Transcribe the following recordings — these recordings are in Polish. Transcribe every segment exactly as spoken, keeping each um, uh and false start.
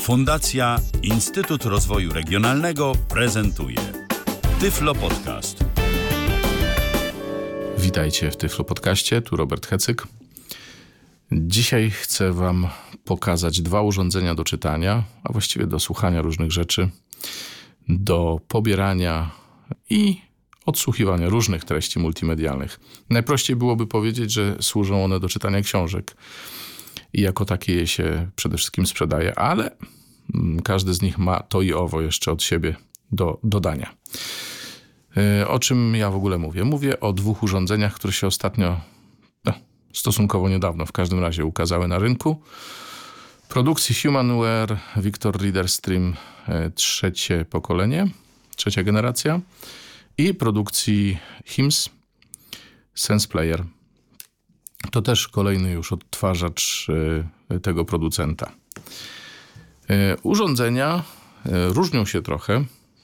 Fundacja Instytut Rozwoju Regionalnego prezentuje Tyflo Podcast. Witajcie w Tyflo Podcaście, tu Robert Hecyk. Dzisiaj chcę Wam pokazać dwa urządzenia do czytania, a właściwie do słuchania różnych rzeczy, do pobierania i odsłuchiwania różnych treści multimedialnych. Najprościej byłoby powiedzieć, że służą one do czytania książek i jako takie je się przede wszystkim sprzedaje, ale każdy z nich ma to i owo jeszcze od siebie do dodania. O czym ja w ogóle mówię? Mówię o dwóch urządzeniach, które się ostatnio, no, stosunkowo niedawno w każdym razie ukazały na rynku. Produkcji Humanware Victor Reader Stream trzecie pokolenie, trzecia generacja i produkcji H I M S SensePlayer. To też kolejny już odtwarzacz tego producenta. Urządzenia różnią się trochę.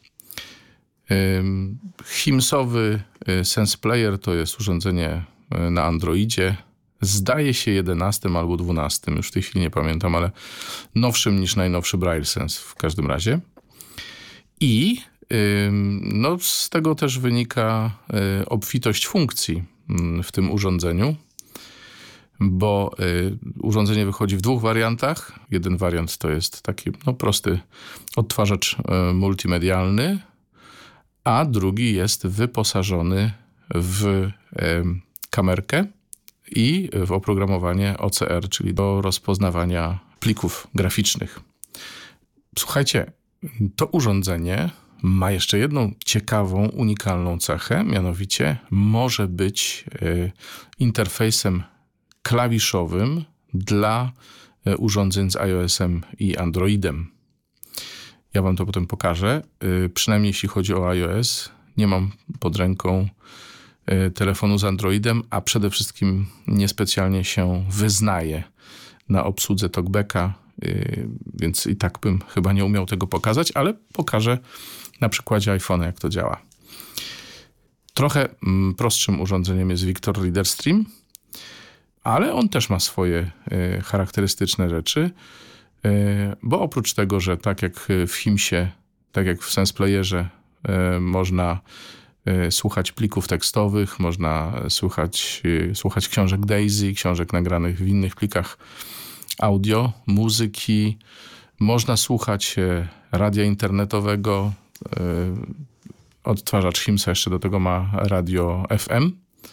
H I M S owy SensePlayer to jest urządzenie na Androidzie. Zdaje się jedenastym albo dwunastym, już w tej chwili nie pamiętam, ale nowszym niż najnowszy Braille Sense w każdym razie. I no, z tego też wynika obfitość funkcji w tym urządzeniu, bo urządzenie wychodzi w dwóch wariantach. Jeden wariant to jest taki no, prosty odtwarzacz multimedialny, a drugi jest wyposażony w kamerkę i w oprogramowanie O C R, czyli do rozpoznawania plików graficznych. Słuchajcie, to urządzenie ma jeszcze jedną ciekawą, unikalną cechę, mianowicie może być interfejsem klawiszowym dla urządzeń z iOS-em i Androidem. Ja wam to potem pokażę. Przynajmniej jeśli chodzi o iOS, nie mam pod ręką telefonu z Androidem, a przede wszystkim niespecjalnie się wyznaję na obsłudze talkbacka, więc i tak bym chyba nie umiał tego pokazać, ale pokażę na przykładzie iPhone'a, jak to działa. Trochę prostszym urządzeniem jest Victor Reader Stream, ale on też ma swoje charakterystyczne rzeczy, bo oprócz tego, że tak jak w H I M S-ie, tak jak w SensePlayerze można słuchać plików tekstowych, można słuchać, słuchać książek Daisy, książek nagranych w innych plikach audio, muzyki, można słuchać radia internetowego, odtwarzacz H I M S-a jeszcze do tego ma radio F M.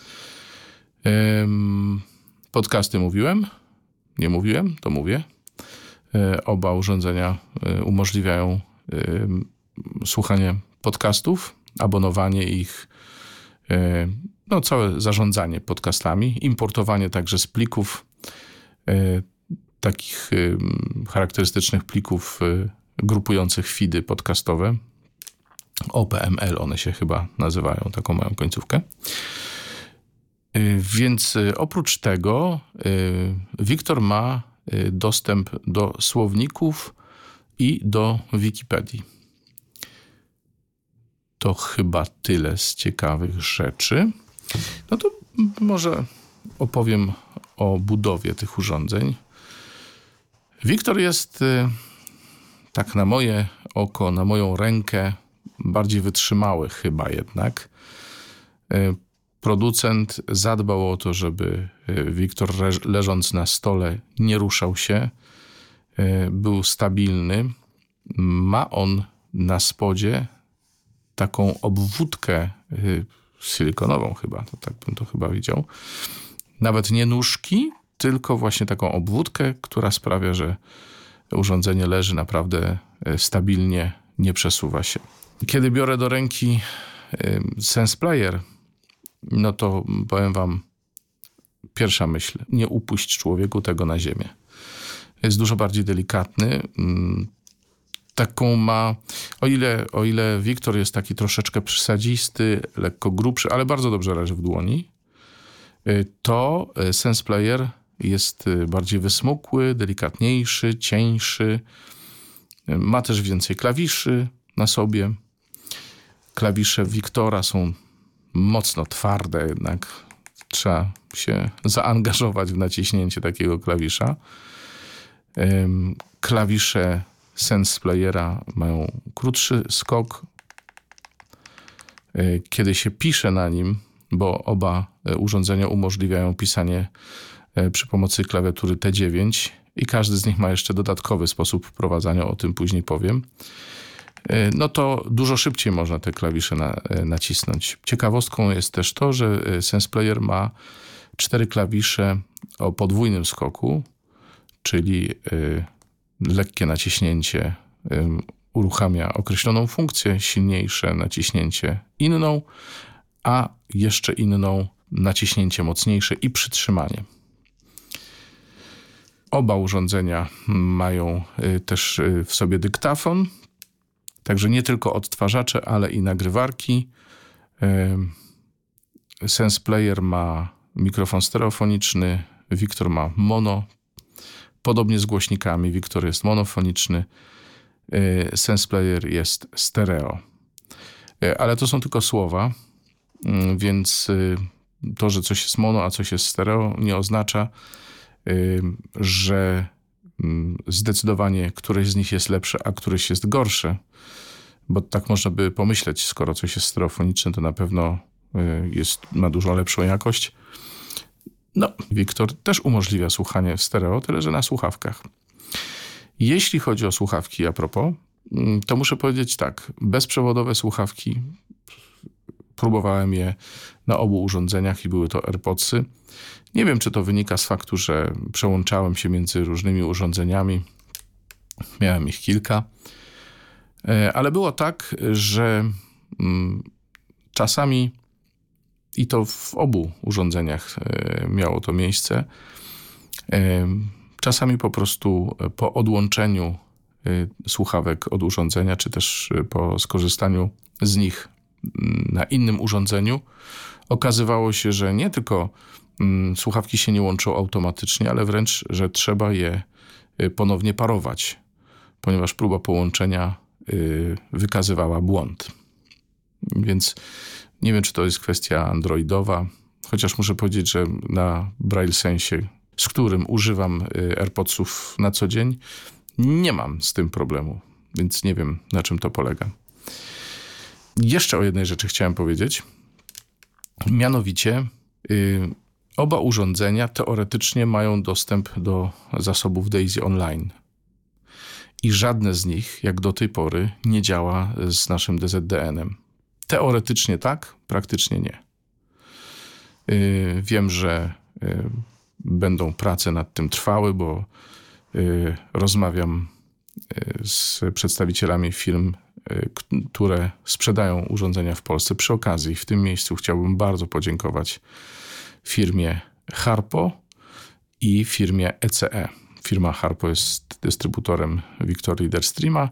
Podcasty mówiłem? Nie mówiłem? To mówię. Oba urządzenia umożliwiają słuchanie podcastów, abonowanie ich, no całe zarządzanie podcastami, importowanie także z plików, takich charakterystycznych plików grupujących feedy podcastowe. O P M L one się chyba nazywają, taką mają końcówkę. Więc oprócz tego Victor ma dostęp do słowników i do Wikipedii. To chyba tyle z ciekawych rzeczy. No to może opowiem o budowie tych urządzeń. Victor jest, tak na moje oko, na moją rękę, bardziej wytrzymały chyba jednak. Producent zadbał o to, żeby Victor leżąc na stole nie ruszał się, był stabilny. Ma on na spodzie taką obwódkę silikonową chyba, to tak bym to chyba widział. Nawet nie nóżki, tylko właśnie taką obwódkę, która sprawia, że urządzenie leży naprawdę stabilnie, nie przesuwa się. Kiedy biorę do ręki SensePlayer, no to powiem wam, pierwsza myśl, nie upuść człowieku tego na ziemię. Jest dużo bardziej delikatny. Taką ma, o ile, o ile Victor jest taki troszeczkę przysadzisty, lekko grubszy, ale bardzo dobrze leży w dłoni, to SensePlayer jest bardziej wysmukły, delikatniejszy, cieńszy. Ma też więcej klawiszy na sobie. Klawisze Victora są mocno twarde, jednak trzeba się zaangażować w naciśnięcie takiego klawisza. Klawisze Sense Playera mają krótszy skok. Kiedy się pisze na nim, bo oba urządzenia umożliwiają pisanie przy pomocy klawiatury T dziewięć i każdy z nich ma jeszcze dodatkowy sposób wprowadzania, o tym później powiem, no to dużo szybciej można te klawisze na, nacisnąć. Ciekawostką jest też to, że Sense Player ma cztery klawisze o podwójnym skoku, czyli y, lekkie naciśnięcie y, uruchamia określoną funkcję, silniejsze naciśnięcie inną, a jeszcze inną naciśnięcie mocniejsze i przytrzymanie. Oba urządzenia mają y, też y, w sobie dyktafon, także nie tylko odtwarzacze, ale i nagrywarki. Y, Sense Player ma mikrofon stereofoniczny, Victor ma mono. Podobnie z głośnikami, Victor jest monofoniczny, Sense Player jest stereo. Ale to są tylko słowa, więc to, że coś jest mono, a coś jest stereo, nie oznacza, że zdecydowanie któreś z nich jest lepsze, a któreś jest gorsze. Bo tak można by pomyśleć, skoro coś jest stereofoniczne, to na pewno jest, ma dużo lepszą jakość. No, Victor też umożliwia słuchanie w stereo, tyle że na słuchawkach. Jeśli chodzi o słuchawki a propos, to muszę powiedzieć tak, bezprzewodowe słuchawki, próbowałem je na obu urządzeniach i były to AirPodsy. Nie wiem, czy to wynika z faktu, że przełączałem się między różnymi urządzeniami, miałem ich kilka, ale było tak, że czasami i to w obu urządzeniach miało to miejsce. Czasami po prostu po odłączeniu słuchawek od urządzenia, czy też po skorzystaniu z nich na innym urządzeniu, okazywało się, że nie tylko słuchawki się nie łączą automatycznie, ale wręcz, że trzeba je ponownie parować, ponieważ próba połączenia wykazywała błąd. Więc nie wiem, czy to jest kwestia androidowa, chociaż muszę powiedzieć, że na BrailleSensie, z którym używam AirPodsów na co dzień, nie mam z tym problemu, więc nie wiem, na czym to polega. Jeszcze o jednej rzeczy chciałem powiedzieć. Mianowicie yy, oba urządzenia teoretycznie mają dostęp do zasobów Daisy Online. I żadne z nich, jak do tej pory, nie działa z naszym D Z D N-em. Teoretycznie tak, praktycznie nie. Yy, wiem, że yy, będą prace nad tym trwały, bo yy, rozmawiam yy, z przedstawicielami firm, yy, które sprzedają urządzenia w Polsce. Przy okazji w tym miejscu chciałbym bardzo podziękować firmie Harpo i firmie E C E. Firma Harpo jest dystrybutorem Victor Reader Streama.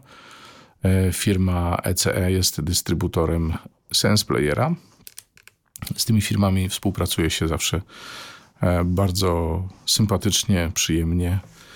Firma E C E jest dystrybutorem Sense Playera. Z tymi firmami współpracuje się zawsze bardzo sympatycznie, przyjemnie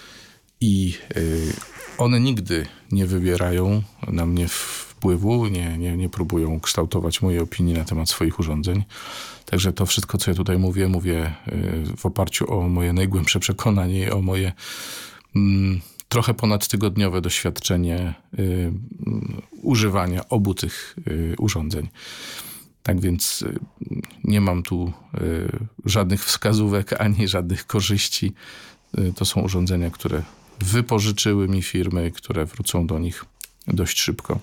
i one nigdy nie wybierają na mnie wpływu, nie, nie, nie próbują kształtować mojej opinii na temat swoich urządzeń. Także to wszystko, co ja tutaj mówię, mówię w oparciu o moje najgłębsze przekonanie i o moje mm, trochę ponadtygodniowe doświadczenie y, używania obu tych y, urządzeń. Tak więc y, nie mam tu y, żadnych wskazówek ani żadnych korzyści. Y, to są urządzenia, które wypożyczyły mi firmy, które wrócą do nich dość szybko.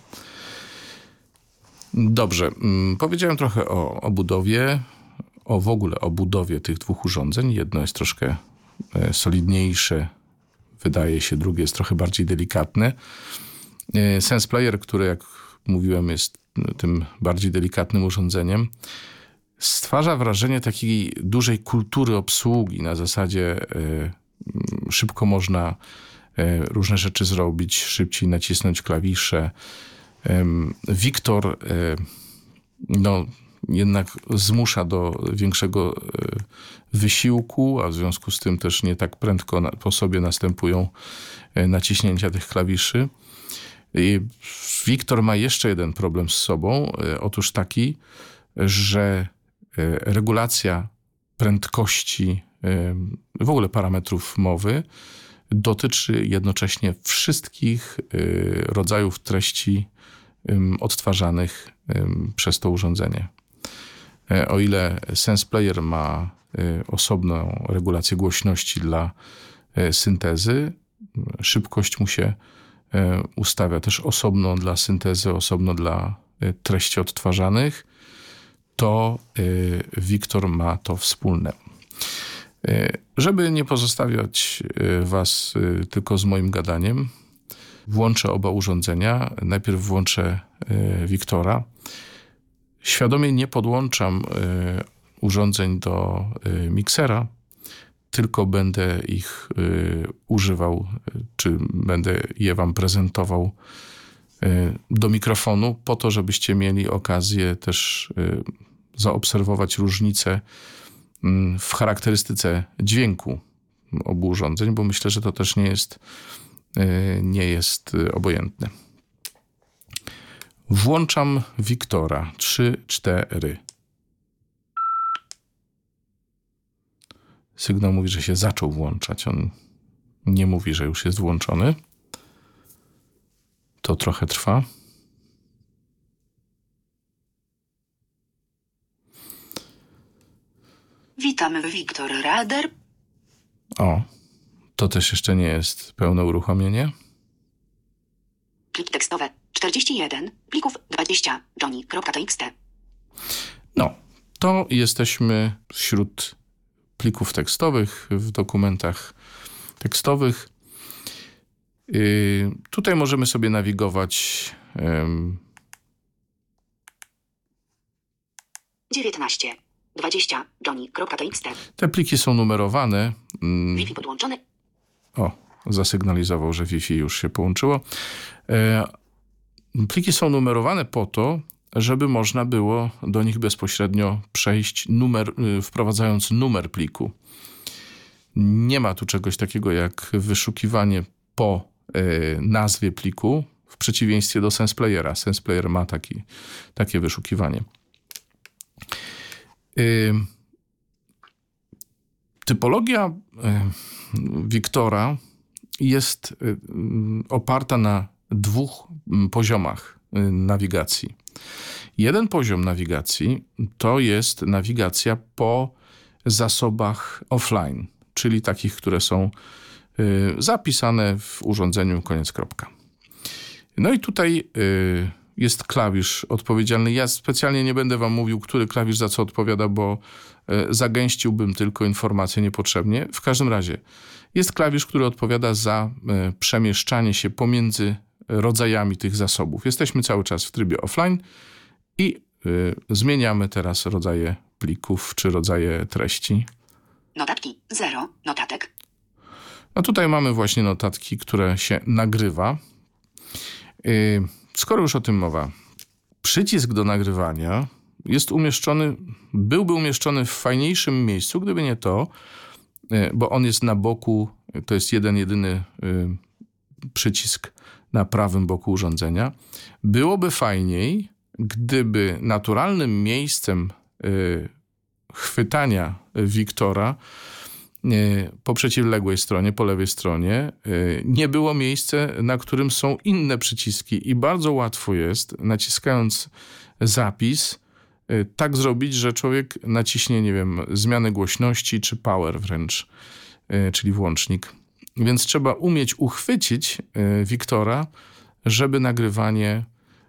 Dobrze, y, powiedziałem trochę o obudowie, o w ogóle o budowie tych dwóch urządzeń. Jedno jest troszkę y, solidniejsze, wydaje się, drugie jest trochę bardziej delikatne. Sense Player, który, jak mówiłem, jest tym bardziej delikatnym urządzeniem, stwarza wrażenie takiej dużej kultury obsługi. Na zasadzie y, szybko można y, różne rzeczy zrobić, szybciej nacisnąć klawisze. Y, Victor y, no, jednak zmusza do większego wysiłku, a w związku z tym też nie tak prędko po sobie następują naciśnięcia tych klawiszy. I Victor ma jeszcze jeden problem z sobą. Otóż taki, że regulacja prędkości, w ogóle parametrów mowy dotyczy jednocześnie wszystkich rodzajów treści odtwarzanych przez to urządzenie. O ile SensePlayer ma osobną regulację głośności dla syntezy, szybkość mu się ustawia też osobno dla syntezy, osobno dla treści odtwarzanych, to Victor ma to wspólne. Żeby nie pozostawiać was tylko z moim gadaniem, włączę oba urządzenia. Najpierw włączę Victora. Świadomie nie podłączam urządzeń do miksera, tylko będę ich używał, czy będę je wam prezentował do mikrofonu, po to, żebyście mieli okazję też zaobserwować różnice w charakterystyce dźwięku obu urządzeń, bo myślę, że to też nie jest, nie jest obojętne. Włączam Victora. trzy, cztery. Sygnał mówi, że się zaczął włączać. On nie mówi, że już jest włączony. To trochę trwa. Witamy w Victor Radar. O, to też jeszcze nie jest pełne uruchomienie. Pliki tekstowe czterdzieści jeden, plików dwadzieścia, johnny.txt. No, to jesteśmy wśród plików tekstowych, w dokumentach tekstowych. Yy, tutaj możemy sobie nawigować yy, dziewiętnaście, dwadzieścia, johnny.txt. te pliki są numerowane. Yy, Wi-Fi podłączony. O, zasygnalizował, że Wi-Fi już się połączyło. Yy, pliki są numerowane po to, żeby można było do nich bezpośrednio przejść, numer, yy, wprowadzając numer pliku. Nie ma tu czegoś takiego jak wyszukiwanie po y, nazwie pliku, w przeciwieństwie do SensePlayera. SensePlayer ma taki, takie wyszukiwanie. Y, typologia y, Victora jest y, oparta na dwóch poziomach y, nawigacji. Jeden poziom nawigacji to jest nawigacja po zasobach offline, czyli takich, które są y, zapisane w urządzeniu, koniec, kropka. No i tutaj y, jest klawisz odpowiedzialny. Ja specjalnie nie będę wam mówił, który klawisz za co odpowiada, bo y, zagęściłbym tylko informacje niepotrzebnie. W każdym razie jest klawisz, który odpowiada za y, przemieszczanie się pomiędzy rodzajami tych zasobów. Jesteśmy cały czas w trybie offline i y, zmieniamy teraz rodzaje plików czy rodzaje treści. Notatki zero, notatek. No tutaj mamy właśnie notatki, które się nagrywa. Yy, skoro już o tym mowa, przycisk do nagrywania jest umieszczony, byłby umieszczony w fajniejszym miejscu, gdyby nie to, yy, bo on jest na boku, to jest jeden, jedyny yy, przycisk na prawym boku urządzenia. Byłoby fajniej, gdyby naturalnym miejscem yy, chwytania Victora po przeciwległej stronie, po lewej stronie nie było miejsce, na którym są inne przyciski i bardzo łatwo jest, naciskając zapis, tak zrobić, że człowiek naciśnie, nie wiem, zmianę głośności czy power wręcz, czyli włącznik. Więc trzeba umieć uchwycić Victora, żeby nagrywanie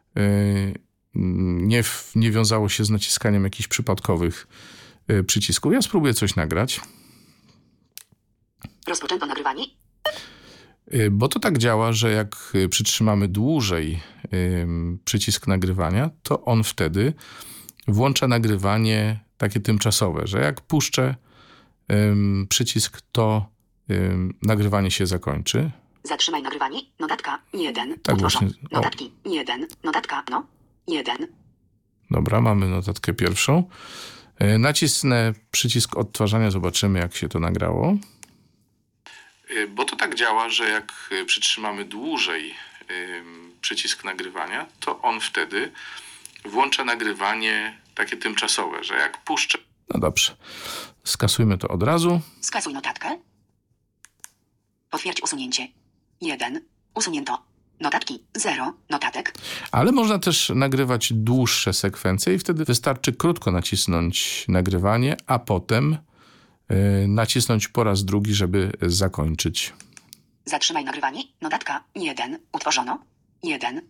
nie, nie wiązało się z naciskaniem jakichś przypadkowych przycisków. Ja spróbuję coś nagrać. Rozpoczęto nagrywanie. Bo to tak działa, że jak przytrzymamy dłużej przycisk nagrywania, to on wtedy włącza nagrywanie takie tymczasowe, że jak puszczę przycisk, to nagrywanie się zakończy. Zatrzymaj nagrywanie. Notatka jeden. Tak właśnie. Notatki jeden. Notatka no jeden. Dobra, mamy notatkę pierwszą. Nacisnę przycisk odtwarzania, zobaczymy, jak się to nagrało. Bo to tak działa, że jak przytrzymamy dłużej przycisk nagrywania, to on wtedy włącza nagrywanie takie tymczasowe, że jak puszczę... No dobrze, skasujmy to od razu. Skasuj notatkę. Potwierdź usunięcie. jeden. Usunięto. Notatki. zero. Notatek. Ale można też nagrywać dłuższe sekwencje i wtedy wystarczy krótko nacisnąć nagrywanie, a potem yy, nacisnąć po raz drugi, żeby zakończyć. Zatrzymaj nagrywanie. Notatka. jeden. Utworzono. jeden.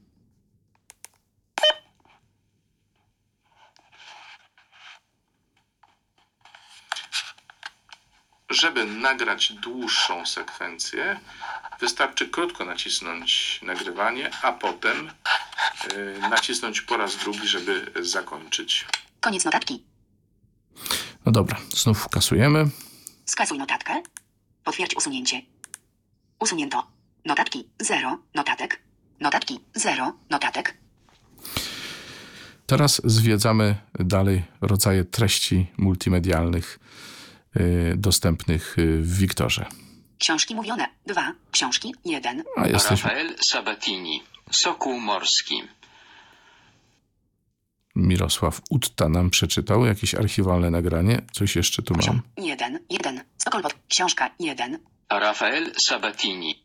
Żeby nagrać dłuższą sekwencję, wystarczy krótko nacisnąć nagrywanie, a potem yy, nacisnąć po raz drugi, żeby zakończyć. Koniec notatki. No dobra, znów kasujemy. Skasuj notatkę. Potwierdź usunięcie. Usunięto. Notatki. zero. Notatek. Notatki. zero. Notatek. Teraz zwiedzamy dalej rodzaje treści multimedialnych yy, dostępnych yy, w Wiktorze. Książki mówione. dwa. Książki. jeden. A jesteśmy. Rafael Sabatini, Sokół Morski. Mirosław Utta nam przeczytał jakieś archiwalne nagranie. Coś jeszcze tu mam. Poziom. jeden. jeden. Stokholm. Książka. jeden. Rafael Sabatini.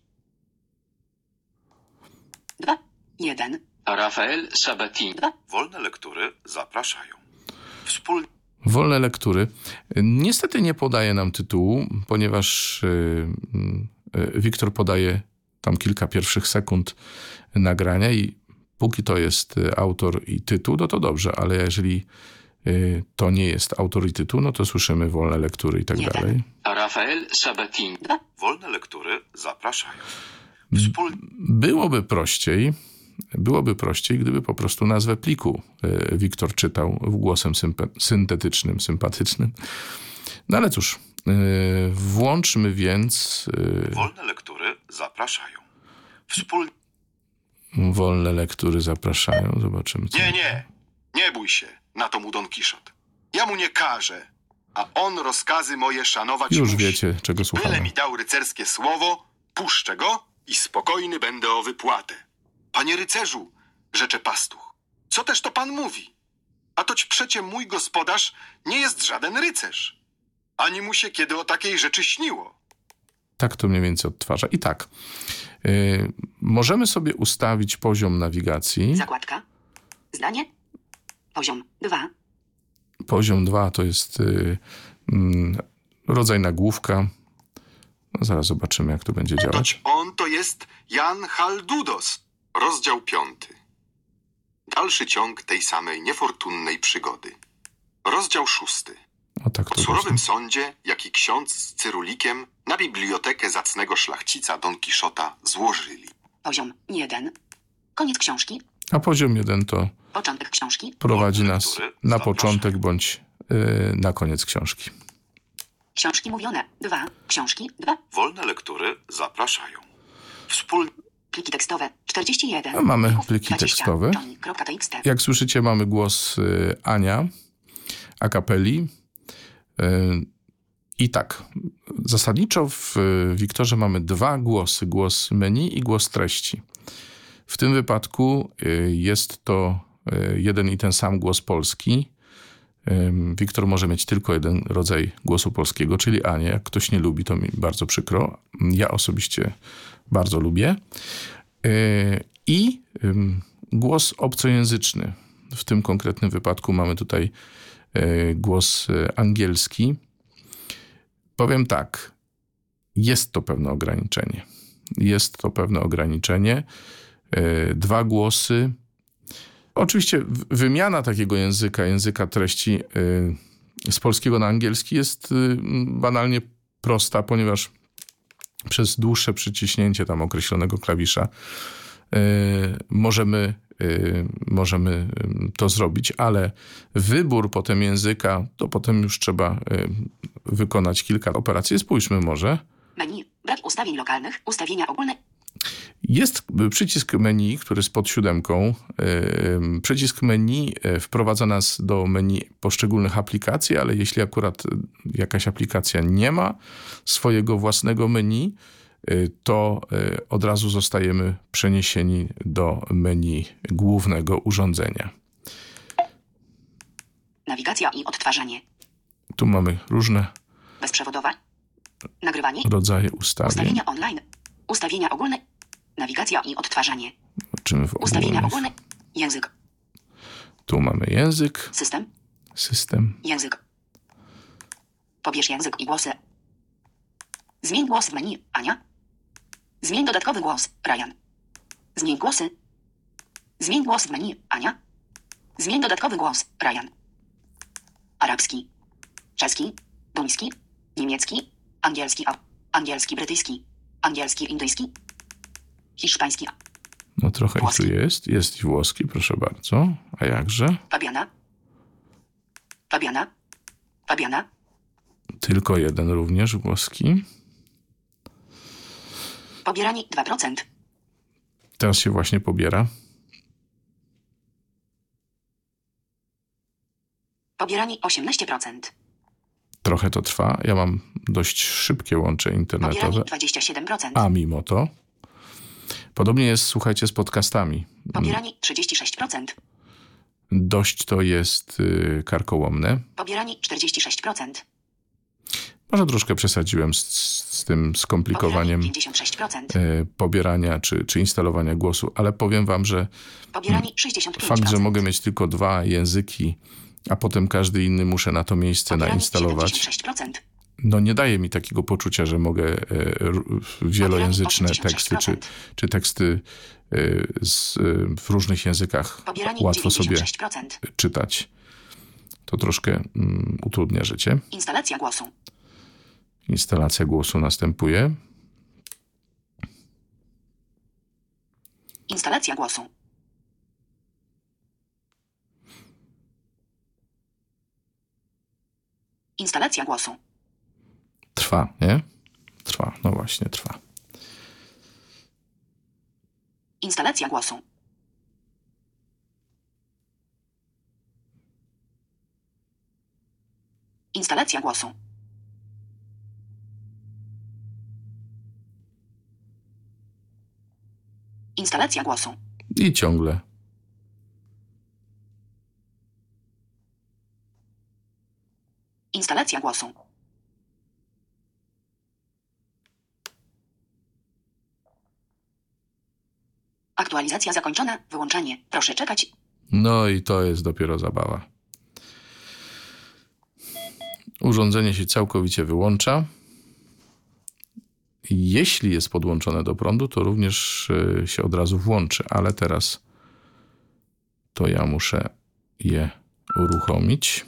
dwa. jeden. Rafael Sabatini. dwa. Wolne lektury zapraszają. Wspólnie. Wolne lektury. Niestety nie podaje nam tytułu, ponieważ yy, yy, Wiktor podaje tam kilka pierwszych sekund nagrania i póki to jest autor i tytuł, no to dobrze, ale jeżeli yy, to nie jest autor i tytuł, no to słyszymy wolne lektury i tak Jeden. dalej. Rafael Sabatini. dwa. Wolne lektury zapraszają. Wspólnie. Byłoby prościej, byłoby prościej, gdyby po prostu nazwę pliku yy, Wiktor czytał w głosem sympa- syntetycznym, sympatycznym. No ale cóż, yy, włączmy więc yy, Wolne lektury zapraszają. Wspólnie. wolne lektury zapraszają. Zobaczymy, co... Nie, nie, nie bój się, na to mu Don Kiszot. Ja mu nie każę, a on rozkazy moje szanować Już musi. wiecie, czego Byle słuchamy. mi dał rycerskie słowo, puszczę go i spokojny będę o wypłatę. Panie rycerzu, rzecze pastuch, co też to pan mówi? A toć przecie mój gospodarz nie jest żaden rycerz. Ani mu się kiedy o takiej rzeczy śniło. Tak to mniej więcej odtwarza. I tak, yy, możemy sobie ustawić poziom nawigacji. Zakładka. Zdanie. Poziom. dwa. Poziom dwa to jest yy, yy, rodzaj nagłówka. No, zaraz zobaczymy, jak to będzie działać. Toć on to jest Jan Haldudos, rozdział piąty. Dalszy ciąg tej samej niefortunnej przygody. Rozdział szósty. O tak W to surowym właśnie. sądzie, jaki ksiądz z Cyrulikiem na bibliotekę zacnego szlachcica Don Kiszota złożyli. Poziom. jeden. Koniec książki. A poziom jeden to Początek książki. prowadzi Wolne nas lektury na zapraszają. początek bądź yy, na koniec książki. Książki mówione. dwa. Książki. dwa. Wolne lektury zapraszają. Wspólnie. Pliki tekstowe. czterdzieści jeden. A mamy Plików pliki dwadzieścia. tekstowe. Johnny.txt. Jak słyszycie, mamy głos y, Ania, a cappelli. Y, I tak, zasadniczo w y, Wiktorze mamy dwa głosy. Głos menu i głos treści. W tym wypadku y, jest to y, jeden i ten sam głos polski. Y, Wiktor może mieć tylko jeden rodzaj głosu polskiego, czyli Anię. Jak ktoś nie lubi, to mi bardzo przykro. Ja osobiście bardzo lubię. Y, I y, głos obcojęzyczny. W tym konkretnym wypadku mamy tutaj y, głos y, angielski. Powiem tak, jest to pewne ograniczenie. Jest to pewne ograniczenie. Y, dwa głosy. Oczywiście w- wymiana takiego języka, języka treści y, z polskiego na angielski jest y, banalnie prosta, ponieważ przez dłuższe przyciśnięcie tam określonego klawisza yy, możemy, yy, możemy yy, to zrobić, ale wybór potem języka, to potem już trzeba yy, wykonać kilka operacji. Spójrzmy może. Menu. Brak ustawień lokalnych. Ustawienia ogólne. Jest przycisk menu, który jest pod siódemką. Yy, Przycisk menu yy, wprowadza nas do menu poszczególnych aplikacji, ale jeśli akurat jakaś aplikacja nie ma swojego własnego menu, yy, to yy, od razu zostajemy przeniesieni do menu głównego urządzenia. Nawigacja i odtwarzanie. Tu mamy różne Bezprzewodowa. Nagrywanie. rodzaje ustawień. Ustawienia online. Ustawienia ogólne. Nawigacja i odtwarzanie. Zobaczymy w Ustawienia ogólnych. ogólne. Język. Tu mamy język, System. system. Język. Pobierz język i głosy. Zmień głos w menu. Ania. Zmień dodatkowy głos. Ryan. Zmień głosy. Zmień głos w menu. Ania. Zmień dodatkowy głos. Ryan. Arabski. Czeski. Duński. Niemiecki. Angielski. A. Angielski brytyjski. Angielski indyjski. Hiszpański. No trochę ich tu Włoski. jest. Jest i włoski, proszę bardzo. A jakże? Fabiana. Fabiana. Fabiana. Tylko jeden również włoski. Pobieranie dwa procent. Teraz się właśnie pobiera. Pobieranie osiemnaście procent. Trochę to trwa. Ja mam dość szybkie łącze internetowe. Pobieranie dwadzieścia siedem procent. A mimo to. Podobnie jest, słuchajcie, z podcastami. Pobieranie trzydzieści sześć procent. Dość to jest y, karkołomne. Pobieranie czterdzieści sześć procent. Może troszkę przesadziłem z, z tym skomplikowaniem Pobieranie pięćdziesiąt sześć procent. y, pobierania czy, czy instalowania głosu, ale powiem wam, że Pobieranie sześćdziesiąt pięć procent. fakt, że mogę mieć tylko dwa języki, a potem każdy inny muszę na to miejsce Pobieranie nainstalować, siedemdziesiąt sześć procent. no nie daje mi takiego poczucia, że mogę e, r- wielojęzyczne osiemdziesiąt sześć teksty czy, procent. czy teksty e, z, e, w różnych językach Pobieranie łatwo sobie dziewięćdziesiąt sześć procent. czytać. To troszkę mm, utrudnia życie. Instalacja głosu. Instalacja głosu następuje. Instalacja głosu. Instalacja głosu. Trwa, nie? Trwa, no właśnie, trwa. Instalacja głosu. Instalacja głosu. Instalacja głosu. I ciągle. Instalacja głosu. Aktualizacja zakończona. Wyłączanie. Proszę czekać. No i to jest dopiero zabawa. Urządzenie się całkowicie wyłącza. Jeśli jest podłączone do prądu, to również y, się od razu włączy, ale teraz to ja muszę je uruchomić.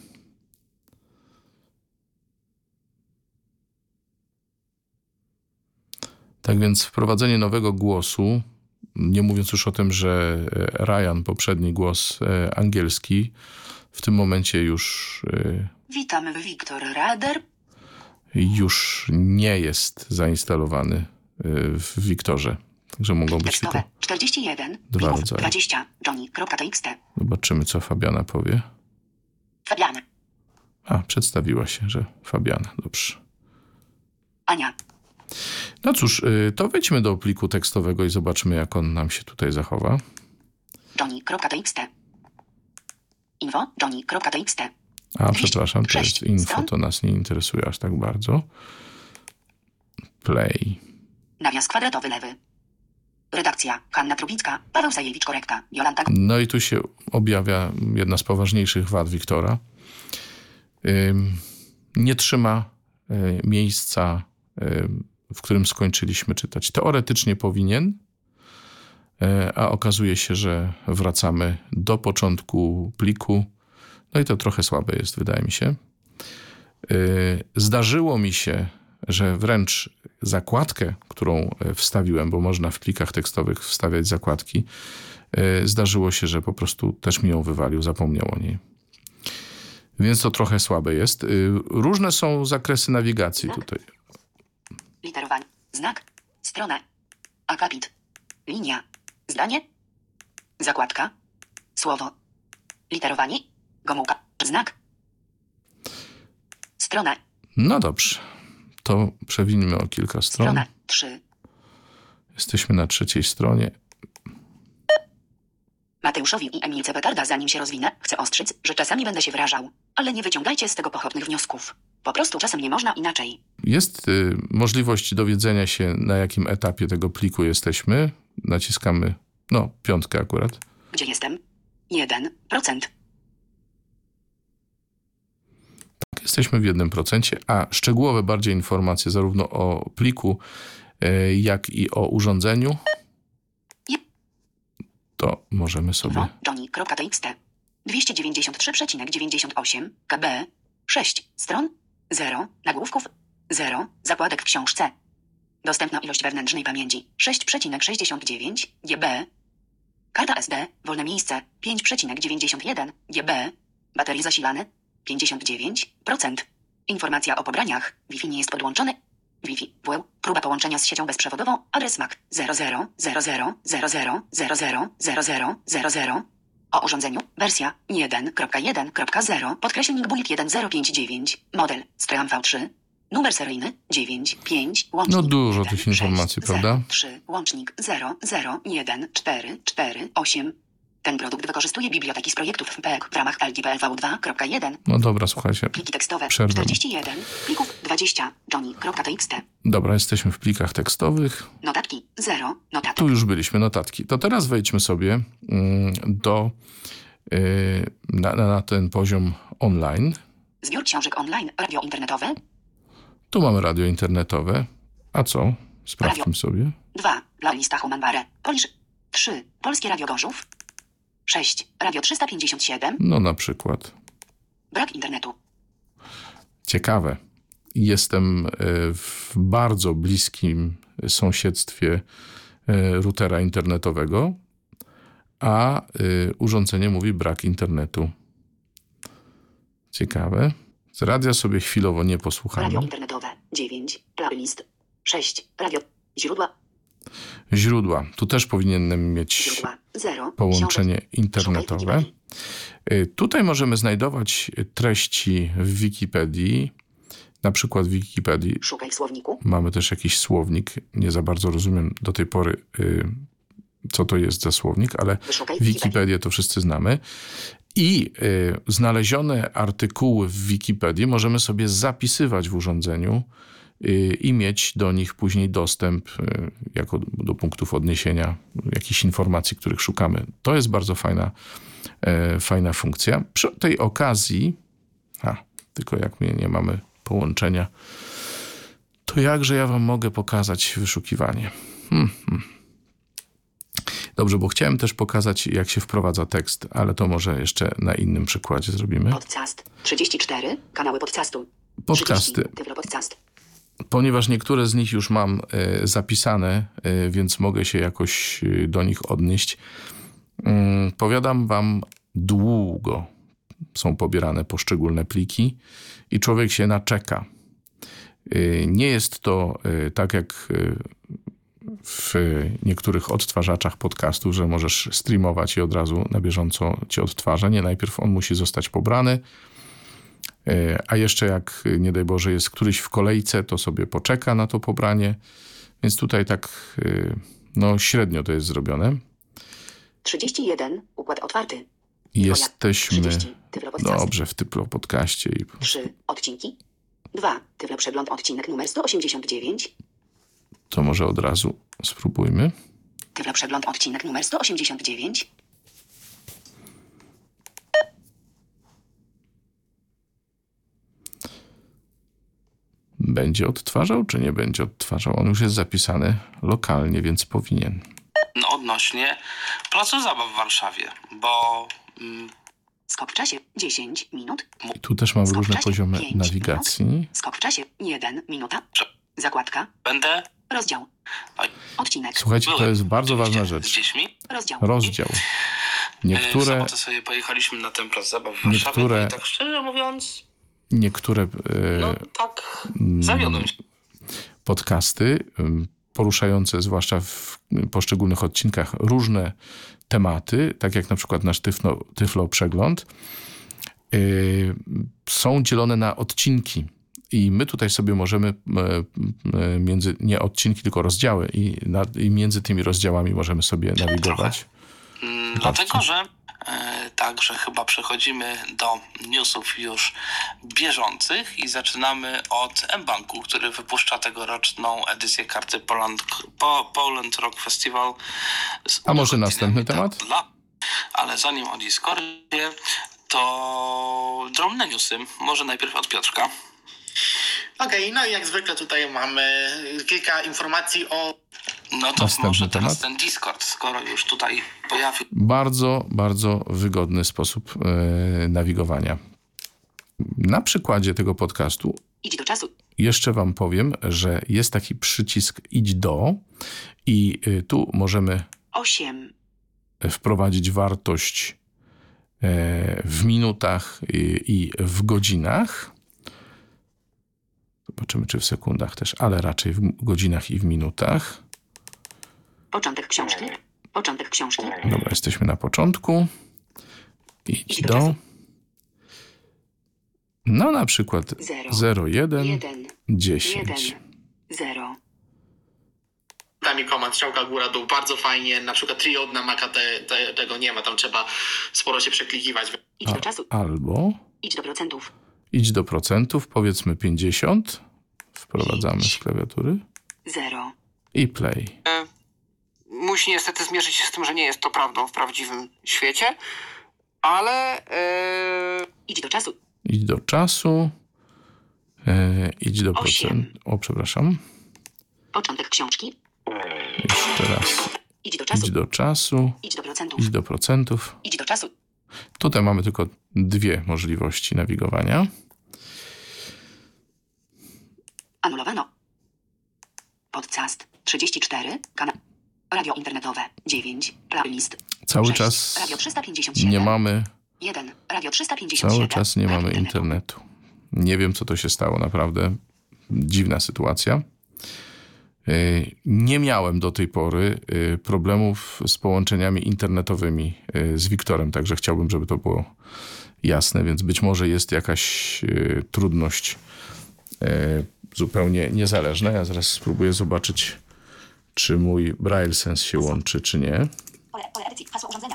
Tak więc wprowadzenie nowego głosu, nie mówiąc już o tym, że Ryan, poprzedni głos e, angielski, w tym momencie już, e, Witamy w Wiktor Rader. już nie jest zainstalowany e, w Wiktorze. Także mogą być Tekstowe. tylko... czterdzieści jeden. dwa Plimów. rodzaje. dwadzieścia. Johnny.txt. Zobaczymy, co Fabiana powie. Fabiana. A, przedstawiła się, że Fabiana. Dobrze. Ania. No cóż, y, to wejdźmy do pliku tekstowego i zobaczmy, jak on nam się tutaj zachowa. Johnny.txt. Info. Johnny.txt. A, Dwieście przepraszam, to sześć jest info, stron. to nas nie interesuje aż tak bardzo. Play. Nawias kwadratowy lewy. Redakcja. Hanna Trubicka. Paweł Sajewicz. Korekta. Jolanta. No i tu się objawia jedna z poważniejszych wad Wiktora. Ym, nie trzyma y, miejsca, y, w którym skończyliśmy czytać. Teoretycznie powinien, y, a okazuje się, że wracamy do początku pliku. No i to trochę słabe jest, wydaje mi się. Y, zdarzyło mi się, że wręcz zakładkę, którą wstawiłem, bo można w plikach tekstowych wstawiać zakładki, zdarzyło się, że po prostu też mi ją wywalił, zapomniał o niej. Więc to trochę słabe jest. Różne są zakresy nawigacji tutaj. Literowanie. Znak. Strona. Akapit. Linia. Zdanie. Zakładka. Słowo. Literowanie. Gomułka. Znak. Strona. No dobrze. To przewinimy o kilka stron. Strona. trzy. Jesteśmy na trzeciej stronie. Mateuszowi i Emilce petarda, zanim się rozwinę, chcę ostrzec, że czasami będę się wyrażał. Ale nie wyciągajcie z tego pochopnych wniosków. Po prostu czasem nie można inaczej. Jest y, możliwość dowiedzenia się, na jakim etapie tego pliku jesteśmy. Naciskamy, no, piątkę akurat. Gdzie jestem? jeden procent. Tak, jesteśmy w jednym procencie, a szczegółowe bardziej informacje zarówno o pliku, y, jak i o urządzeniu, to możemy sobie... Johnny.txt dwieście dziewięćdziesiąt trzy przecinek dziewięćdziesiąt osiem kb sześć stron zero nagłówków zero zakładek w książce. Dostępna ilość wewnętrznej pamięci sześć przecinek sześćdziesiąt dziewięć giga. Karta S D wolne miejsce pięć przecinek dziewięćdziesiąt jeden giga. Baterie zasilane pięćdziesiąt dziewięć procent. Informacja o pobraniach. Wi-Fi nie jest podłączony. Wi-Fi W E. Próba połączenia z siecią bezprzewodową. Adres M A C zero zero zero zero zero zero zero zero zero zero zero zero. O urządzeniu. Wersja jeden jeden zero. Podkreślnik bullet jeden zero pięć dziewięć. Model Stream V trzy. Numer seryjny dziewięć pięć. Łącznik No dużo jeden, tych informacji, sześć, prawda? zero, trzy. Łącznik zero zero jeden cztery cztery osiem. Ten produkt wykorzystuje biblioteki z projektów M P E G w ramach L G B L V dwa kropka jeden. No dobra, słuchajcie. Pliki tekstowe Przerwę. czterdzieści jeden. Plików dwadzieścia. Johnny.txt. Dobra, jesteśmy w plikach tekstowych. Notatki zero. Notatek. Tu już byliśmy, notatki. To teraz wejdźmy sobie mm, do, yy, na, na ten poziom online. Zbiór książek online. Radio internetowe. Tu mamy radio internetowe. A co? Sprawdźmy Radio. sobie. dwa. Playlista Humanware. Polisz. trzy. Polskie Radio Gorzów. sześć. Radio trzysta pięćdziesiąt siedem. No na przykład. Brak internetu. Ciekawe. Jestem y, w bardzo bliskim sąsiedztwie y, routera internetowego, a y, urządzenie mówi brak internetu. Ciekawe. Z radia sobie chwilowo nie posłuchamy. Radio internetowe. dziewięć. Playlist. sześć. Radio. Źródła. Źródła. Tu też powinienem mieć Źródła. zero. połączenie Książek. internetowe. Szukaj Wikipedii. Y, Tutaj możemy znajdować treści w Wikipedii. Na przykład w Wikipedii Szukaj w słowniku. mamy też jakiś słownik. Nie za bardzo rozumiem do tej pory, y, co to jest za słownik, ale Wyszukaj w Wikipedii. Wikipedię to wszyscy znamy. I y, znalezione artykuły w Wikipedii możemy sobie zapisywać w urządzeniu y, i mieć do nich później dostęp y, jako do punktów odniesienia jakichś informacji, których szukamy. To jest bardzo fajna, y, fajna funkcja. Przy tej okazji, a, tylko jak mnie nie mamy połączenia, to jakże ja wam mogę pokazać wyszukiwanie? Hmm, hmm. Dobrze, bo chciałem też pokazać, jak się wprowadza tekst, ale to może jeszcze na innym przykładzie zrobimy. Podcast. trzydzieści cztery. Kanały podcastu. Podcasty. trzydzieści. Tyflo podcast. Ponieważ niektóre z nich już mam y, zapisane, y, więc mogę się jakoś y, do nich odnieść. Y, powiadam wam długo. Są pobierane poszczególne pliki i człowiek się naczeka. Y, nie jest to y, tak jak y, w niektórych odtwarzaczach podcastów, że możesz streamować i od razu na bieżąco cię odtwarza. Nie, najpierw on musi zostać pobrany, a jeszcze jak, nie daj Boże, jest któryś w kolejce, to sobie poczeka na to pobranie. Więc tutaj tak no średnio to jest zrobione. trzydzieści jeden. Układ otwarty. Jesteśmy trzydzieści. Tyflo podcast. dobrze w Tyflo Podcaście. I trzy. Odcinki. dwa. Tyflo przegląd odcinek numer sto osiemdziesiąt dziewięć. to może od razu spróbujmy. Tyflo przegląd odcinek numer sto osiemdziesiąt dziewięć. Będzie odtwarzał, czy nie będzie odtwarzał? On już jest zapisany lokalnie, więc powinien. No, odnośnie placu zabaw w Warszawie, bo mm, Skok w czasie dziesięć minut. I tu też mamy Skok w różne czasie poziomy pięć nawigacji. minut. Skok w czasie jeden minuta. Zakładka. będę... Rozdział. Oj, Odcinek. Słuchajcie, to byłem jest bardzo ważna oczywiście z rzecz. dziećmi. Rozdział. Rozdział. W Niektóre, sobotę sobie pojechaliśmy na ten plac zabaw w Warszawie, Niektóre- no i tak szczerze mówiąc, niektóre no e, tak zawiodłem się. podcasty ym, poruszające, zwłaszcza w poszczególnych odcinkach, różne tematy, tak jak na przykład nasz Tyflo, Tyflo Przegląd, yy, są dzielone na odcinki. I my tutaj sobie możemy e, e, między, nie odcinki, tylko rozdziały i, na, i między tymi rozdziałami możemy sobie nawigować. Mm, Dlatego, że e, także chyba przechodzimy do newsów już bieżących i zaczynamy od mBanku, który wypuszcza tegoroczną edycję karty Poland, po, Poland Rock Festival. Z A może urodzinami następny dla- temat? Dla, ale zanim o Discordzie, to drobne newsy. Może najpierw od Piotrka. Okej, no i jak zwykle tutaj mamy kilka informacji o... No to Następny może teraz temat? ten Discord, skoro już tutaj pojawił. Bardzo, bardzo wygodny sposób e, nawigowania. Na przykładzie tego podcastu Idź do czasu. jeszcze wam powiem, że jest taki przycisk idź do i y, tu możemy osiem. wprowadzić wartość e, w minutach i, i w godzinach. Zobaczymy, czy w sekundach też, ale raczej w godzinach i w minutach. Początek książki. Początek książki. Dobra, jesteśmy na początku. Idź Idź do do... czasu. No na przykład Zero. zero, jeden, Jeden. dziesięć. Jeden. Zero. Tam i komand, strzałka góra, dół, bardzo fajnie. Na przykład trio na Maca te, te, tego nie ma, tam trzeba sporo się przeklikiwać. Idź do czasu. Albo Idź do procentów. idź do procentów, powiedzmy pięćdziesiąt. Wprowadzamy z klawiatury. Zero. I play. Musi niestety zmierzyć się z tym, że nie jest to prawdą w prawdziwym świecie, ale yy, Idź do czasu. Idź do czasu. E, idź do Osiem. procent. O, przepraszam. Początek książki. Jeszcze raz. Idź do czasu. Idź do czasu. Idź do procentów. Idź do procentów. Idź do czasu. Tutaj mamy tylko dwie możliwości nawigowania. Anulowano. Podcast trzydzieści cztery. Kanał. Radio internetowe dziewięć. Playlist. Cały sześć. czas Radio trzysta pięćdziesiąt siedem. nie mamy, jeden. Radio trzysta pięćdziesiąt siedem. cały czas nie Radio mamy internetu. Nie wiem, co to się stało, naprawdę dziwna sytuacja. Yy, Nie miałem do tej pory yy, problemów z połączeniami internetowymi yy, z Wiktorem, także chciałbym, żeby to było jasne, więc być może jest jakaś yy, trudność yy, zupełnie niezależna. Ja zaraz spróbuję zobaczyć, czy mój Braille Sense się łączy, czy nie. Pole, pole edycji. Hasło urządzenia.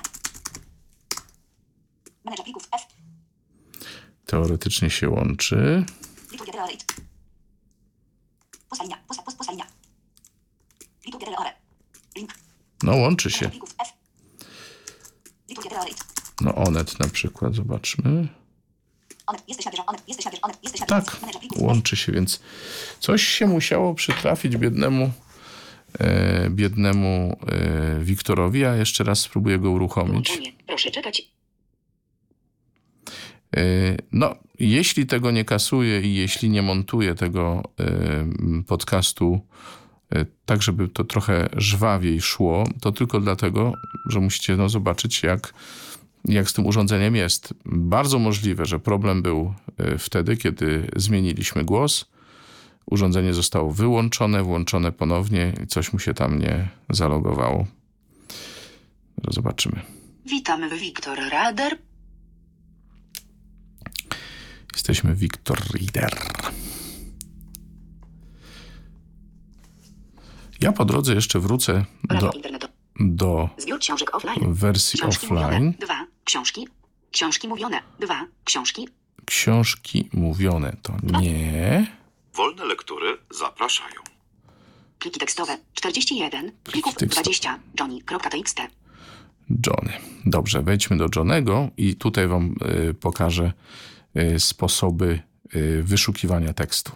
Menedżer plików F. Teoretycznie się łączy. Liturgia de ore. Posłania. Pos, pos, posłania. Liturgia de ore. Link. No, łączy się. Menedżer plików F. Liturgia de ore. No, Onet na przykład, zobaczmy. Onet. Jesteś na bieżąco. Onet. Jesteś na bieżąco. Onet. Jesteś na Tak, bieżąco. Menedżer plików F. łączy się, więc coś się musiało przytrafić biednemu e, biednemu e, Wiktorowi, a jeszcze raz spróbuję go uruchomić. Wyłączenie. Proszę czekać. E, no, jeśli tego nie kasuję i jeśli nie montuję tego e, podcastu e, tak, żeby to trochę żwawiej szło, to tylko dlatego, że musicie no, zobaczyć, jak jak z tym urządzeniem jest. Bardzo możliwe, że problem był y, wtedy, kiedy zmieniliśmy głos. Urządzenie zostało wyłączone, włączone ponownie i coś mu się tam nie zalogowało. Zaraz zobaczymy. Witamy w Wiktor Radar. Jesteśmy Wiktor Reader. Ja po drodze jeszcze wrócę Radio do, internetowe. do Zbiór książek offline. wersji Książki offline. mówione. Dwa. Książki. Książki mówione. Dwa. Książki. Książki mówione to nie. Wolne lektury zapraszają. Pliki tekstowe. czterdzieści jeden. Plików tekstowe. dwadzieścia. Johnny.txt. Johnny. Dobrze, wejdźmy do Johnnego i tutaj wam y, pokażę y, sposoby y, wyszukiwania tekstu.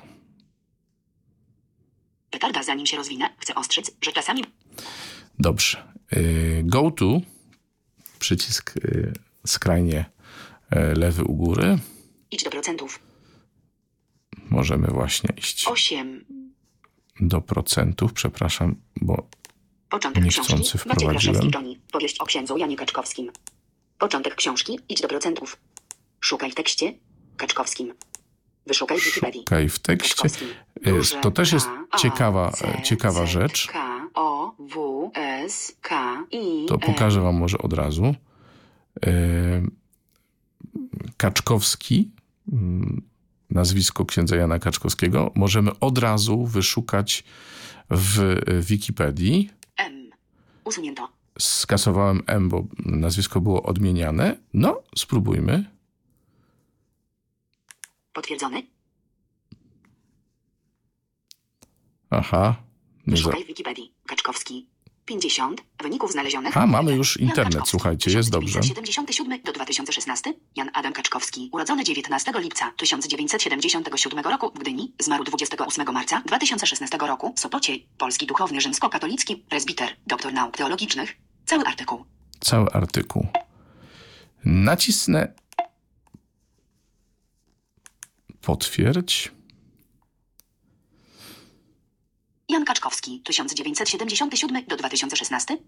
Petarda, zanim się rozwinę, chcę ostrzec, że czasami... Dobrze. Y, go to, przycisk y, skrajnie y, lewy u góry. Idź do procentów. Możemy właśnie iść osiem. do procentów, przepraszam, bo Początek niechcący książki. Maciej wprowadziłem. Kraszewski, Johnny. Powieść o księdzu Janie Kaczkowskim. Początek książki. Idź do procentów. Szukaj w tekście Kaczkowskim. Wyszukaj w Wikipedii. Okej, w tekście. Kaczkowskim. Y, Duże To też jest K, A, ciekawa, C, ciekawa Z, rzecz. K, O, W, S, K, I, To E. pokażę wam może od razu. Y, Kaczkowski, mm, nazwisko księdza Jana Kaczkowskiego, możemy od razu wyszukać w Wikipedii. M. Usunięto. skasowałem M, bo nazwisko było odmieniane. No, spróbujmy. Potwierdzony. Aha. Nie za... Szukaj w Wikipedii. Kaczkowski. pięćdziesiąt. Wyników znalezionych. A, mamy już Jan internet, Kaczkowski, słuchajcie, jest dobrze. tysiąc dziewięćset siedemdziesiąty siódmy do dwa tysiące szesnasty. Jan Adam Kaczkowski. Urodzony dziewiętnastego lipca tysiąc dziewięćset siedemdziesiątego siódmego roku w Gdyni. Zmarł dwudziestego ósmego marca dwa tysiące szesnastego roku w Sopocie. Polski duchowny rzymskokatolicki, prezbiter, doktor nauk teologicznych. Cały artykuł. Cały artykuł. Nacisnę potwierdź. Jan Kaczkowski. tysiąc dziewięćset siedemdziesiąty siódmy do dwa tysiące szesnasty.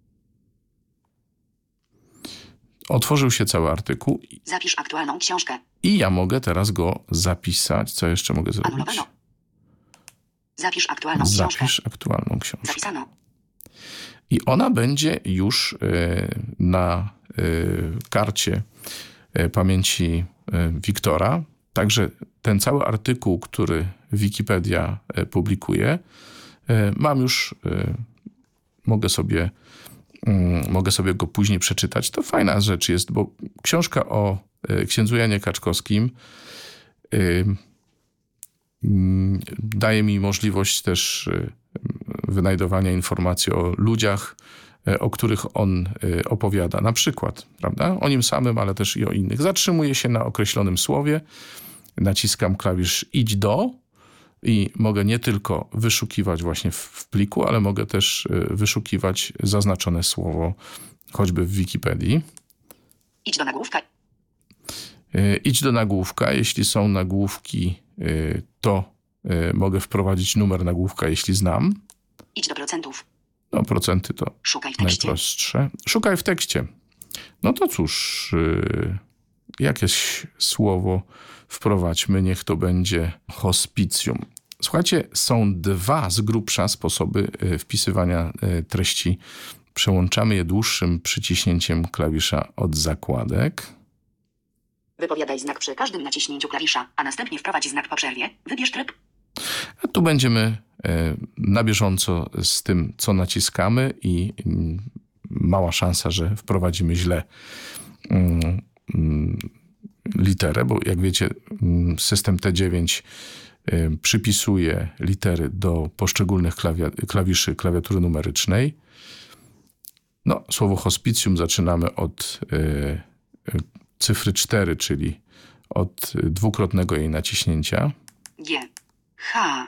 Otworzył się cały artykuł. Zapisz aktualną książkę. I ja mogę teraz go zapisać. Co jeszcze mogę zrobić? Anulowano. Zapisz aktualną książkę. Zapisz aktualną książkę. Zapisano. I ona będzie już y, na y, karcie y, pamięci y, Wiktora. Także ten cały artykuł, który Wikipedia y, publikuje, y, mam już, y, mogę sobie, y, mogę sobie go później przeczytać. To fajna rzecz jest, bo książka o y, księdzu Janie Kaczkowskim y, daje mi możliwość też wynajdowania informacji o ludziach, o których on opowiada. Na przykład, prawda? O nim samym, ale też i o innych. Zatrzymuję się na określonym słowie, naciskam klawisz idź do i mogę nie tylko wyszukiwać właśnie w pliku, ale mogę też wyszukiwać zaznaczone słowo, choćby w Wikipedii. Idź do nagłówka. Idź do nagłówka. Jeśli są nagłówki, to mogę wprowadzić numer nagłówka, jeśli znam. Idź do procentów. No, procenty to Szukaj w tekście. najprostsze. Szukaj w tekście. No to cóż, jakieś słowo wprowadźmy. Niech to będzie hospicjum. Słuchajcie, są dwa z grubsza sposoby wpisywania treści. Przełączamy je dłuższym przyciśnięciem klawisza od zakładek. Wypowiadaj znak przy każdym naciśnięciu klawisza, a następnie wprowadź znak po przerwie. Wybierz tryb. A tu będziemy na bieżąco z tym, co naciskamy i mała szansa, że wprowadzimy źle literę, bo jak wiecie, system T dziewięć przypisuje litery do poszczególnych klawi- klawiszy klawiatury numerycznej. No, słowo hospicjum zaczynamy od y, cyfry cztery, czyli od dwukrotnego jej naciśnięcia. G, H,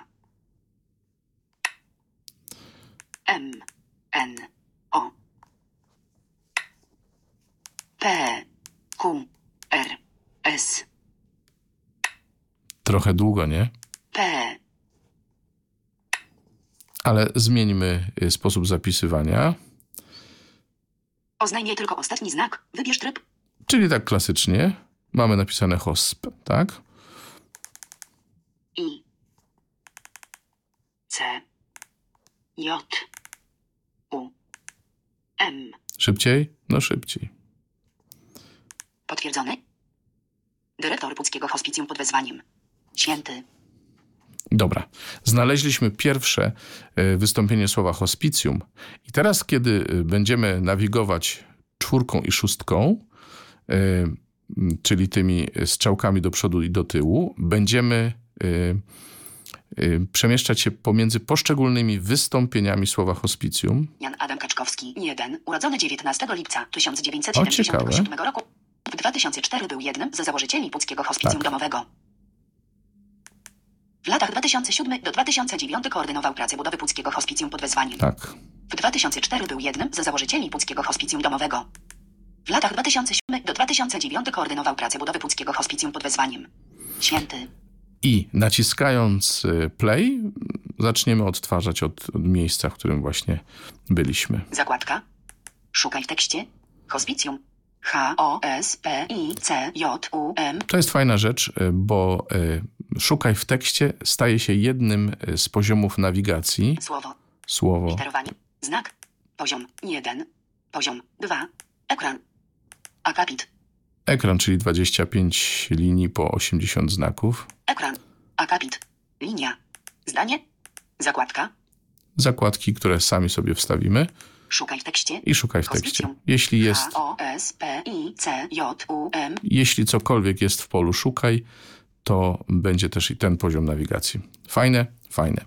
M, N, O, P, Q, R, S. Trochę długo, nie? P. Ale zmieńmy sposób zapisywania. Oznajmij tylko ostatni znak. Wybierz tryb. Czyli tak klasycznie. Mamy napisane hosp, tak? I. C. J. U. M. Szybciej? No szybciej. Potwierdzony. Dyrektor Puckiego Hospicjum pod wezwaniem. Święty. Dobra. Znaleźliśmy pierwsze wystąpienie słowa hospicjum. I teraz, kiedy będziemy nawigować czwórką i szóstką, czyli tymi strzałkami do przodu i do tyłu, będziemy przemieszczać się pomiędzy poszczególnymi wystąpieniami słowa hospicjum. Jan Adam Kaczkowski, jeden, urodzony dziewiętnastego lipca tysiąc dziewięćset siedemdziesiątego siódmego roku. W dwa tysiące czwartym był jednym z założycieli Puckiego Hospicjum Tak. Domowego. W latach dwa tysiące siódmy do dwa tysiące dziewiąty koordynował pracę budowy Puckiego Hospicjum pod wezwaniem. Tak. W dwa tysiące czwartym był jednym z założycieli Puckiego Hospicjum Domowego. W latach dwa tysiące siódmy do dwa tysiące dziewiąty koordynował pracę budowy Puckiego Hospicjum pod wezwaniem. Święty. I naciskając play, zaczniemy odtwarzać od, od miejsca, w którym właśnie byliśmy. Zakładka. Szukaj w tekście. Hospicjum. H O S P I C J U M. To jest fajna rzecz, bo szukaj w tekście staje się jednym z poziomów nawigacji. Słowo. Słowo. Literowanie. Znak. Poziom jeden. Poziom dwa. Ekran. Akapit. Ekran, czyli dwadzieścia pięć linii po osiemdziesiąt znaków. Ekran. Akapit. Linia. Zdanie. Zakładka. Zakładki, które sami sobie wstawimy. Szukaj w tekście. I szukaj w tekście. Hospicjum. Jeśli jest, H O S P I C J U M. jeśli cokolwiek jest w polu szukaj, to będzie też i ten poziom nawigacji. Fajne, fajne.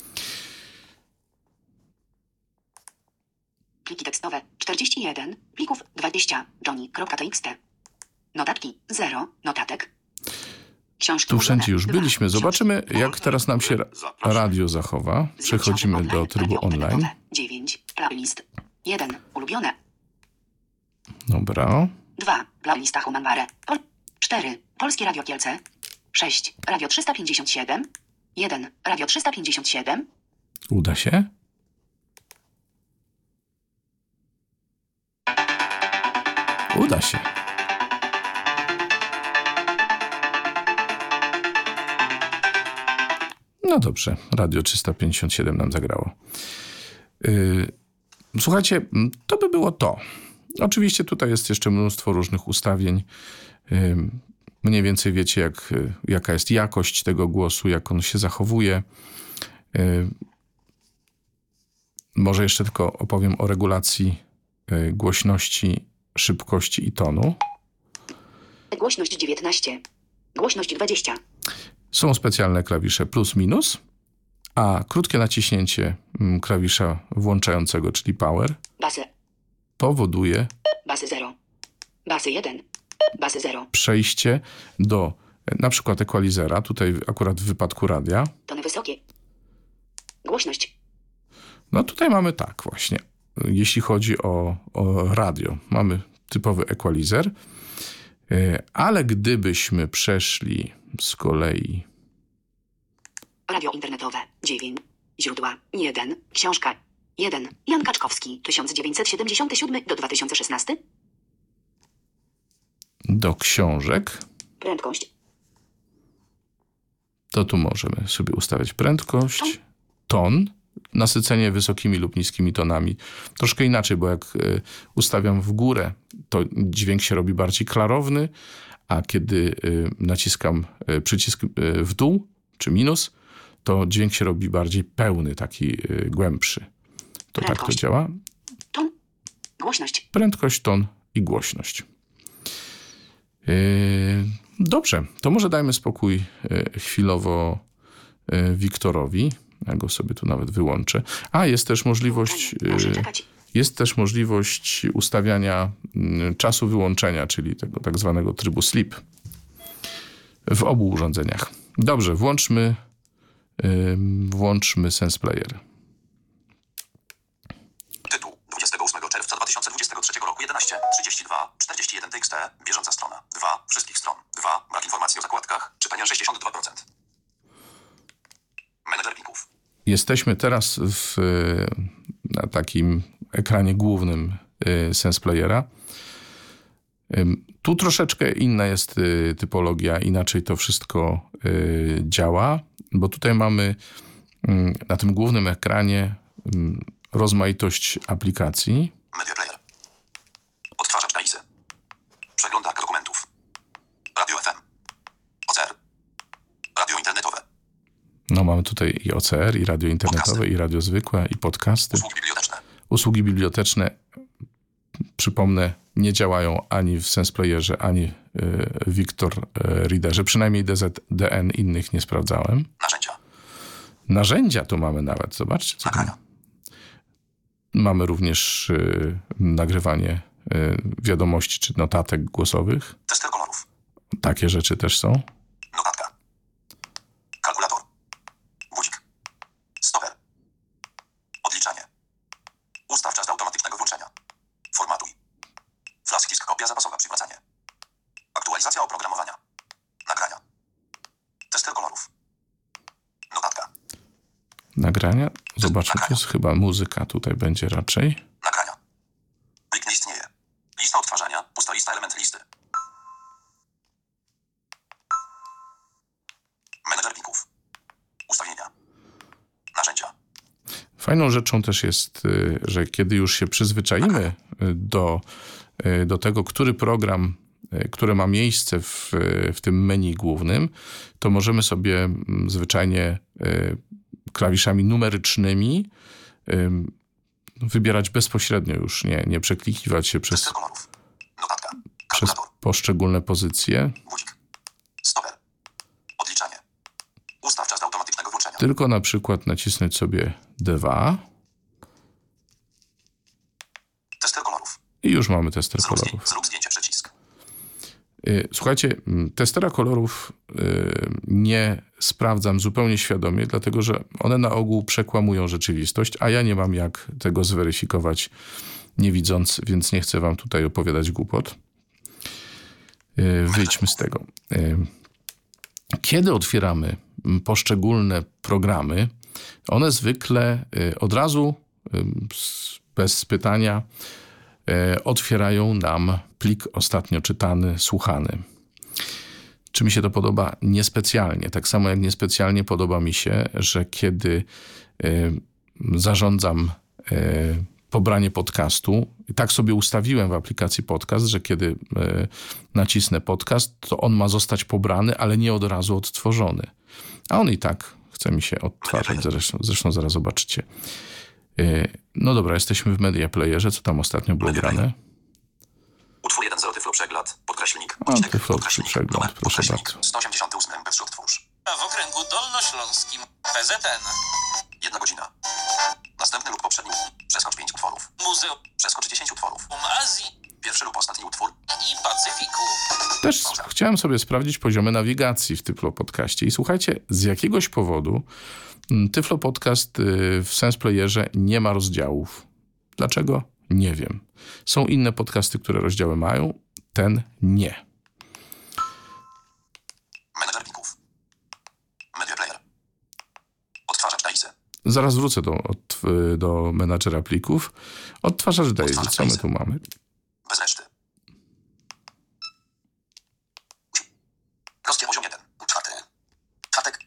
Pliki tekstowe czterdzieści jeden, plików dwadzieścia, johnny.txt. Notatki zero, notatek. Książki Tu wszędzie ulubione, już dwa. byliśmy. Zobaczymy, Książki. jak teraz nam się ra- radio zachowa. Przechodzimy do trybu online. dziewięć, playlist. jeden, ulubione. Dobra. dwa, playlista Humanware. Pol- cztery, Polskie Radio Kielce. sześć, Radio trzysta pięćdziesiąt siedem. jeden, Radio trzysta pięćdziesiąt siedem. Uda się? Uda się. No dobrze, Radio trzysta pięćdziesiąt siedem nam zagrało. Yy, słuchajcie, to by było to. Oczywiście tutaj jest jeszcze mnóstwo różnych ustawień. Yy, mniej więcej wiecie, jak, jaka jest jakość tego głosu, jak on się zachowuje. Yy, może jeszcze tylko opowiem o regulacji yy, głośności, szybkości i tonu. Głośność dziewiętnaście. Głośność dwadzieścia. Są specjalne klawisze plus, minus, a krótkie naciśnięcie klawisza włączającego, czyli power, Basy. powoduje Basy zero. Basy jeden. Basy zero. przejście do na przykład equalizera, tutaj akurat w wypadku radia. Tony wysokie. Głośność. No tutaj mamy tak właśnie, jeśli chodzi o, o radio. Mamy typowy equalizer, ale gdybyśmy przeszli z kolei Radio internetowe dziewięć. Źródła jeden. Książka jeden. Jan Kaczkowski tysiąc dziewięćset siedemdziesiąty siódmy do dwa tysiące szesnasty. do książek, Prędkość. to tu możemy sobie ustawiać prędkość, ton, nasycenie wysokimi lub niskimi tonami. Troszkę inaczej, bo jak y, ustawiam w górę, to dźwięk się robi bardziej klarowny, a kiedy y, naciskam y, przycisk y, w dół, czy minus, to dźwięk się robi bardziej pełny, taki y, głębszy. To tak to Prędkość. działa. Ton. Głośność. Prędkość, ton i głośność. Yy, dobrze, to może dajmy spokój yy, chwilowo yy, Wiktorowi. Ja go sobie tu nawet wyłączę. A, jest też możliwość, Proszę yy, czekać. jest też możliwość ustawiania yy, czasu wyłączenia, czyli tego tak zwanego trybu sleep w obu urządzeniach. Dobrze, włączmy, yy, włączmy SensePlayer. Tytuł dwudziestego ósmego czerwca dwa tysiące dwudziestego trzeciego roku jedenaście trzydzieści dwa czterdzieści jeden T X T. Bieżąca strona. dwa. Wszystkich stron. dwa. Brak informacji o zakładkach. Czytania sześćdziesiąt dwa procent. Menedżer plików. Jesteśmy teraz w, na takim ekranie głównym SensePlayera. Tu troszeczkę inna jest typologia, inaczej to wszystko działa, bo tutaj mamy na tym głównym ekranie rozmaitość aplikacji. Media Player. Odtwarzacz Daisy. Przeglądarka dokumentów. Radio F M. O C R. Radio internetowe. No mamy tutaj i O C R, i radio internetowe, Podcasty. i radio zwykłe, i podcasty. Usługi biblioteczne. Usługi biblioteczne, przypomnę, nie działają ani w SensePlayerze, ani y, w Victor y, Readerze. Przynajmniej D Z D N, innych nie sprawdzałem. Narzędzia. Narzędzia tu mamy nawet, zobaczcie. Co tu Nagrania. mamy również y, nagrywanie y, wiadomości czy notatek głosowych. Tester kolorów. Takie rzeczy też są. Notatka. Kalkulator. Budzik. Stoper. Odliczanie. Ustaw czas do automatycznego włączenia. Formatuj. Flash disk kopia zapasowa przywracanie. Aktualizacja oprogramowania. Nagrania. Tester kolorów. Notatka. Nagrania. Zobaczmy, to jest chyba muzyka tutaj będzie raczej. Nagrania. Plik nie istnieje. Lista odtwarzania. Pusta lista element listy. Menedżer plików. Ustawienia. Narzędzia. Fajną rzeczą też jest, y, że kiedy już się przyzwyczaimy y, do, y, do tego, który program, y, które ma miejsce w, y, w tym menu głównym, to możemy sobie mm, zwyczajnie y, klawiszami numerycznymi y, wybierać bezpośrednio już, nie, nie przeklikiwać się przez, Tester kolorów. Notatka. przez Kalkulator. poszczególne pozycje, Guzik. Stoper. Odliczanie. Ustaw czas do automatycznego włączenia. tylko na przykład nacisnąć sobie dwa Tester kolorów. i już mamy tester Zrób, zdję- kolorów. zrób zdjęcie przycisk. Y, Słuchajcie, m, testera kolorów y, nie sprawdzam zupełnie świadomie, dlatego że one na ogół przekłamują rzeczywistość, a ja nie mam jak tego zweryfikować nie widząc, więc nie chcę wam tutaj opowiadać głupot. Y, Wyjdźmy z tego. Y, Kiedy otwieramy m, poszczególne programy, one zwykle y, od razu, y, s- bez pytania, y, otwierają nam plik ostatnio czytany, słuchany. Czy mi się to podoba? Niespecjalnie. Tak samo jak niespecjalnie podoba mi się, że kiedy y, zarządzam y, pobranie podcastu, i tak sobie ustawiłem w aplikacji podcast, że kiedy y, nacisnę podcast, to on ma zostać pobrany, ale nie od razu odtworzony. A on i tak chce mi się odtwarzać. Zresztą, zresztą zaraz zobaczycie. Y, no dobra, jesteśmy w Media Playerze. Co tam ostatnio było Media grane? Utwór jeden zero Tyflo Przegląd. Podkreślnik. A, Odcinek. Tyflo Podkreślnik. Przegląd, Numer. proszę Podkreślnik. bardzo. sto osiemdziesiąty ósmy. Bez odtwórz. W okręgu dolnośląskim P Z N. Jedna godzina. Następny lub poprzedni. Przeskocz pięć utworów. Muzeum Przeskocz dziesięć utworów. Azji Pierwszy lub ostatni utwór. i Pacyfiku. Też chciałem sobie sprawdzić poziomy nawigacji w Tyflo Podcaście i słuchajcie, z jakiegoś powodu mm, Tyflo Podcast y, w SensePlayerze nie ma rozdziałów. Dlaczego? Nie wiem. Są inne podcasty, które rozdziały mają, ten nie. Menedżer plików. Media Player. Odtwarzacz Daisy. Zaraz wrócę do, od, y, do menadżera plików. Odtwarzacz Daisy, co my tu mamy? Bez reszty. Rozdział poziom jeden. Czwarty. Czwartek.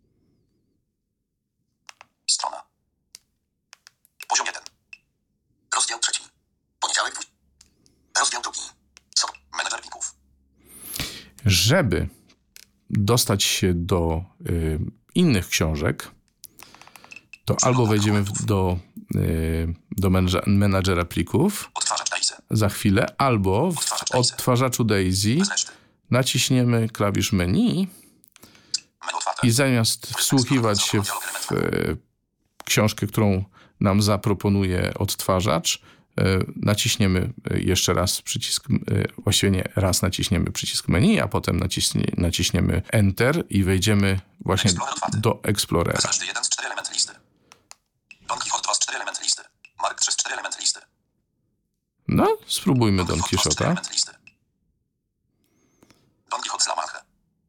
Strona. Poziom jeden. Rozdział trzeci. Poniedziałek. dwu- Rozdział drugi. So. Menedżer plików. Żeby dostać się do y, innych książek, to albo wejdziemy w, do, y, do menedża- menadżera plików Odtwarzacz Daisy. za chwilę, albo w odtwarzaczu Daisy Bez reszty. naciśniemy klawisz menu Menu otwarte. i zamiast wsłuchiwać się w y, książkę, którą nam zaproponuje odtwarzacz, y, naciśniemy jeszcze raz przycisk, y, właściwie nie, raz naciśniemy przycisk menu, a potem naciśnie, naciśniemy Enter i wejdziemy właśnie do Explorera. Bez reszty jeden z cztery elementy listy. Don Quixote dwa z cztery elementy listy. Mark trzy z cztery elementy listy. No, spróbujmy Don dwa z cztery Quixota. elementy listy. Don Quixote z La Mancha.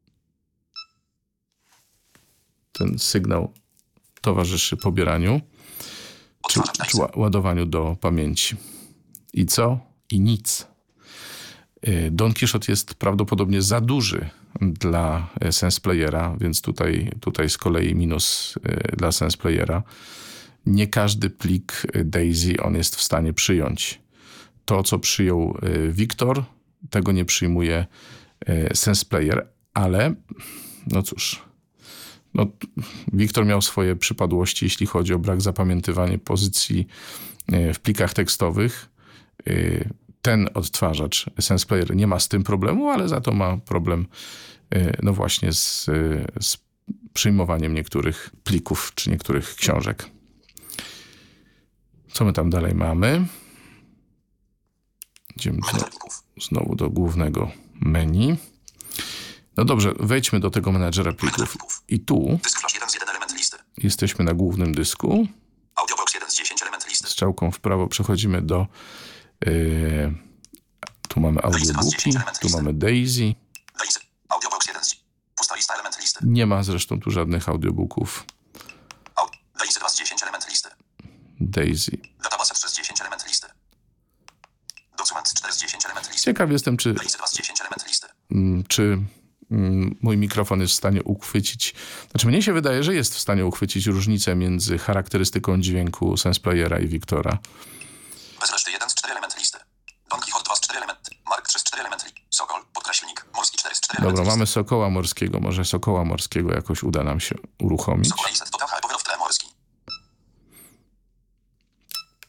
Ten sygnał towarzyszy pobieraniu czy, Odtwarzacz czy Daisy. ła- ładowaniu do pamięci. I co? I nic. Y, Don Quixote jest prawdopodobnie za duży dla y, SensePlayera, więc tutaj, tutaj z kolei minus y, dla SensePlayera. Nie każdy plik y, Daisy on jest w stanie przyjąć. To, co przyjął y, Wiktor, tego nie przyjmuje y, SensePlayer, ale no cóż, no, Wiktor miał swoje przypadłości, jeśli chodzi o brak zapamiętywania pozycji y, w plikach tekstowych. Y, Ten odtwarzacz SensePlayer nie ma z tym problemu, ale za to ma problem y, no właśnie z, y, z przyjmowaniem niektórych plików czy niektórych książek. Co my tam dalej mamy? Idziemy Menedżer znowu, plików. znowu do głównego menu. No dobrze, wejdźmy do tego menadżera plików. I tu Dysk flash jeden z jeden element listy. jesteśmy na głównym dysku. Audiobox jeden z dziesięć element listy. Strzałką w prawo przechodzimy do... Yy, tu mamy audiobooki, tu mamy Daisy. Daisy. Audiobox jeden z... Pusta lista element listy. Nie ma zresztą tu żadnych audiobooków. Au... Daisy dwa z dziesięć element listy. Daisy. Database trzy z dziesięć element listy. Dokument cztery z dziesięć element listy. Ciekaw jestem, czy, Daisy dwa z dziesięć element listy. mm, czy mm, mój mikrofon jest w stanie uchwycić... Znaczy mnie się wydaje, że jest w stanie uchwycić różnicę między charakterystyką dźwięku SensePlayera i Wiktora. Bez reszty jeden z cztery element listy. Don Quixote dwa z cztery element. Mark trzy z cztery element. Sokol. Podkreślnik. Morski cztery z cztery element. Dobra, mamy Sokoła Morskiego. Może Sokoła Morskiego jakoś uda nam się uruchomić. Sokola i set to tam power of tle morski.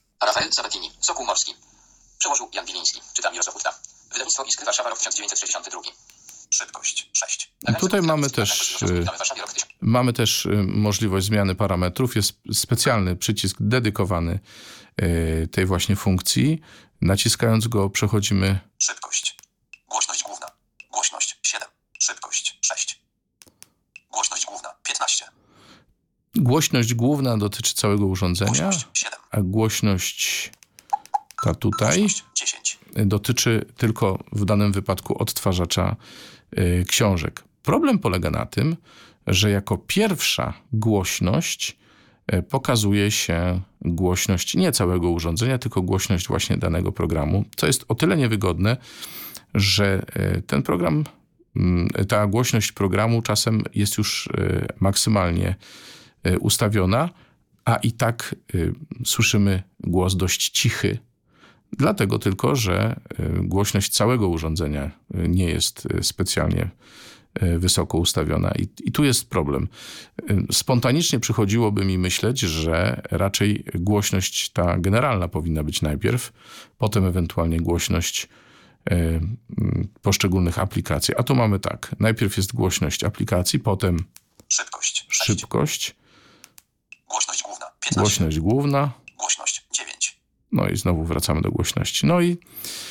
Rafael Sabatini. Sokół morski. Przełożył Jan Biliński. Czytam Mirosław Huta. Wydawnictwo Iskry Warszawa, rok tysiąc dziewięćset sześćdziesiąty drugi. Szybkość sześć. Tutaj mamy też, mamy też możliwość zmiany parametrów. Jest specjalny przycisk dedykowany tej właśnie funkcji. Naciskając go przechodzimy... Szybkość. Głośność główna. Głośność siedem. Szybkość sześć. Głośność główna piętnaście. Głośność główna dotyczy całego urządzenia, Głośność siedem. a głośność ta tutaj Głośność dziesięć. dotyczy tylko w danym wypadku odtwarzacza y, książek. Problem polega na tym, że jako pierwsza głośność y, pokazuje się głośność nie całego urządzenia, tylko głośność właśnie danego programu, co jest o tyle niewygodne, że y, ten program, y, ta głośność programu czasem jest już y, maksymalnie y, ustawiona, a i tak y, słyszymy głos dość cichy. Dlatego tylko, że głośność całego urządzenia nie jest specjalnie wysoko ustawiona. I, i tu jest problem. Spontanicznie przychodziłoby mi myśleć, że raczej głośność ta generalna powinna być najpierw, potem ewentualnie głośność y, poszczególnych aplikacji. A tu mamy tak. Najpierw jest głośność aplikacji, potem Szybkość sześć. szybkość, Głośność główna piętnaście. głośność główna, Głośność dziewięć. no i znowu wracamy do głośności. No i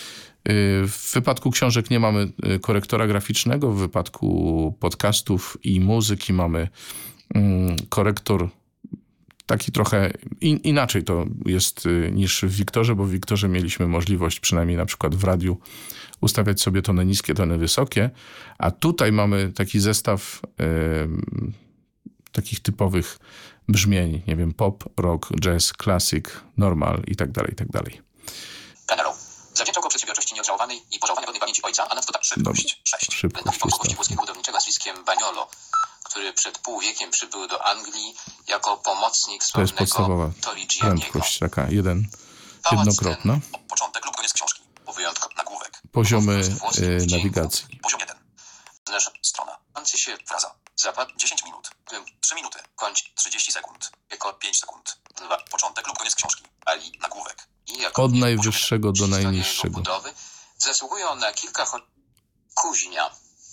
w wypadku książek nie mamy korektora graficznego, w wypadku podcastów i muzyki mamy korektor taki trochę in, inaczej to jest niż w Wiktorze, bo w Wiktorze mieliśmy możliwość, przynajmniej na przykład w radiu, ustawiać sobie tony niskie, tony wysokie, a tutaj mamy taki zestaw y, takich typowych brzmień, nie wiem, pop, rock, jazz, classic, normal i tak dalej, i tak dalej. Kanarą. Zawdzięczał go przedsiębiorczości nieodżałowanej i pożałowania godnej pamięci ojca, a nadto tak Szybkość sześć. Szybkość pomysłowości włoskiego budowniczego nazwiskiem Bagnolo, który przed pół wiekiem przybył do Anglii jako pomocnik To jest sławnego podstawowa Torrigianiego. prędkość, taka jeden, Pałac jednokrotna. Początek lub koniec książki. Wyjątkowo Nagłówek. Poziomy włoskim y, wdzięku. nawigacji. Poziom jeden. Znasz, Strona. Mający się Fraza. zapad dziesięć minut. tym trzy minuty. kończ trzydzieści sekund. jako pięć sekund. dwa Początek lub koniec książki. ali Nagłówek. i jako Od nie- najwyższego do historia jego najniższego. budowy zasługują na kilka cho- kuźnia.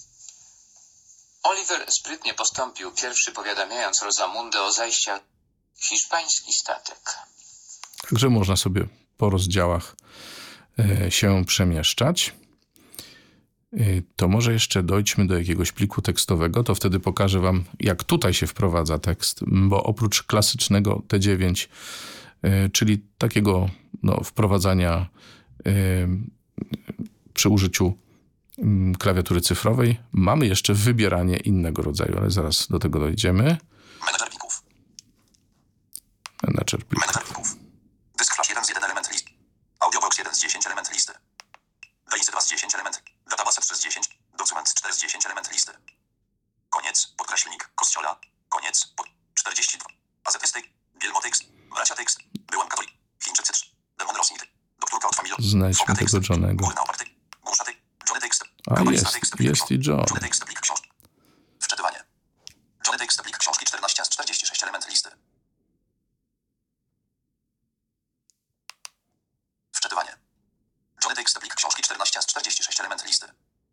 Oliver sprytnie postąpił pierwszy, powiadamiając Rosamundę o zajściu hiszpański statek. Także można sobie po rozdziałach e, się przemieszczać. E, to może jeszcze dojdźmy do jakiegoś pliku tekstowego, to wtedy pokażę wam, jak tutaj się wprowadza tekst, bo oprócz klasycznego T dziewięć, e, czyli takiego no, wprowadzania e, przy użyciu mm, klawiatury cyfrowej, mamy jeszcze wybieranie innego rodzaju, ale zaraz do tego dojdziemy. Menedżer plików. Menadżer plików. Menedżer plików. Dysk flash jeden z jeden element listy. Audiobox jeden z dziesięć element listy. Daisy dwa z dziesięć element. Database trzy z dziesięć. Document cztery z dziesięć element listy. Koniec. Podkreślnik. Kościola. Koniec. Pod czterdzieści dwa. Azetystyk. Bielmotyks. Bracia tekst. Byłam katolik. Chińczycy trzy. Demon Rosnity. Doktorka od familii. Znajdźmy tego Johnego. Górna oparty. Głuszaty. Johnny tekst. A Kabalista jest, tekst, jest plik i John. Johnny tekst. Plik książki. Wczytywanie. Johnny tekst. Plik książki czternaście z czterdzieści sześć element listy. Wczytywanie. Johnny tekst. Plik książki czternaście z czterdzieści sześć element listy.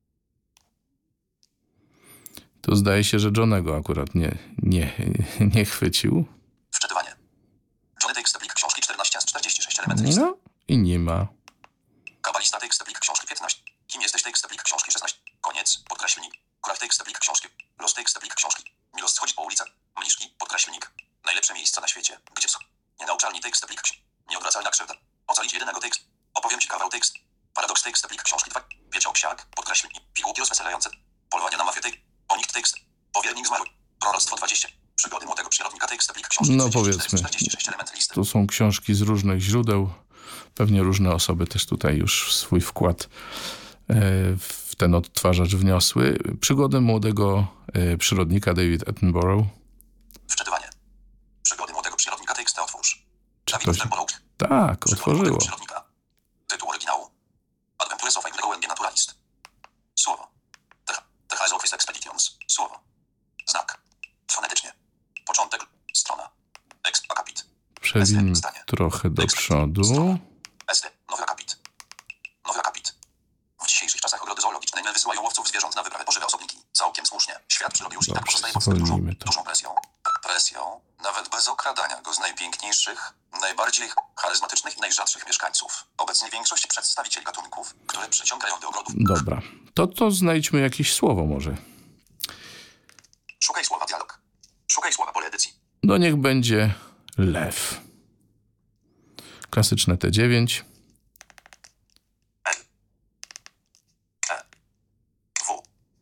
To zdaje się, że Johnego akurat nie, nie, nie chwycił. Wczytywanie. Johnny tekst. Plik książki czternaście z czterdzieści sześć element listy. No i nie ma. Kabalista tekst. Plik książki piętnaście. Kim jesteś tekst. Plik książki szesnaście. Koniec. Podkreślnik. Krach tekst. Plik książki. Los tekst. Plik książki. Milos schodzi po ulicach. Mniszki. Podkreślnik. Najlepsze miejsca na świecie. Gdzie są? Nienauczalni tekst. Plik książki. Nieodwracalna krzywda. Ocalić jedynego tekst. Opowiem ci kawał tekst. Paradoks tekst. Plik książki dwa. Pieciąksiak. Podkreślnik. Pigułki rozweselające. Polowania na mafię tekst. Onikt tekst. Powiernik zmarły. Proroctwo dwadzieścia. Przygody młodego przyrodnika tekst. Plik książki No czterdzieści cztery z powiedzmy, czterdzieści sześć element listy. to są książki z różnych źródeł. Pewnie różne osoby też tutaj już swój wkład e, w ten odtwarzacz wniosły. Przygody młodego e, przyrodnika David Attenborough. Wczytywanie. Przygody młodego przyrodnika tekst. Otwórz. Czy Dawid to się... Attenborough. Tak, Przygody otworzyło. młodego przyrodnika. Tytuł oryginału. Adventures of a Gołębie Naturalist. Słowo. The House of Expeditions. Słowo. Znak. Fonetycznie. Początek. Strona. Tekst akapit. Przewin... Zdanie. trochę do przodu. S D. Nowy akapit. Nowy akapit. W dzisiejszych czasach ogrody zoologiczne nie wysyłają łowców zwierząt na wyprawę po żywe osobniki. Całkiem słusznie. Świat przyrody już i tak pozostaje pod zbyt dużą, dużą presją. Presją, nawet bez okradania go z najpiękniejszych, najbardziej charyzmatycznych i najrzadszych mieszkańców. Obecnie większość przedstawicieli gatunków, które przyciągają do ogrodów. Dobra. To to znajdźmy jakieś słowo może. Szukaj słowa dialog. Szukaj słowa pole edycji. No niech będzie lew. Klasyczne T dziewięć. L. E. W.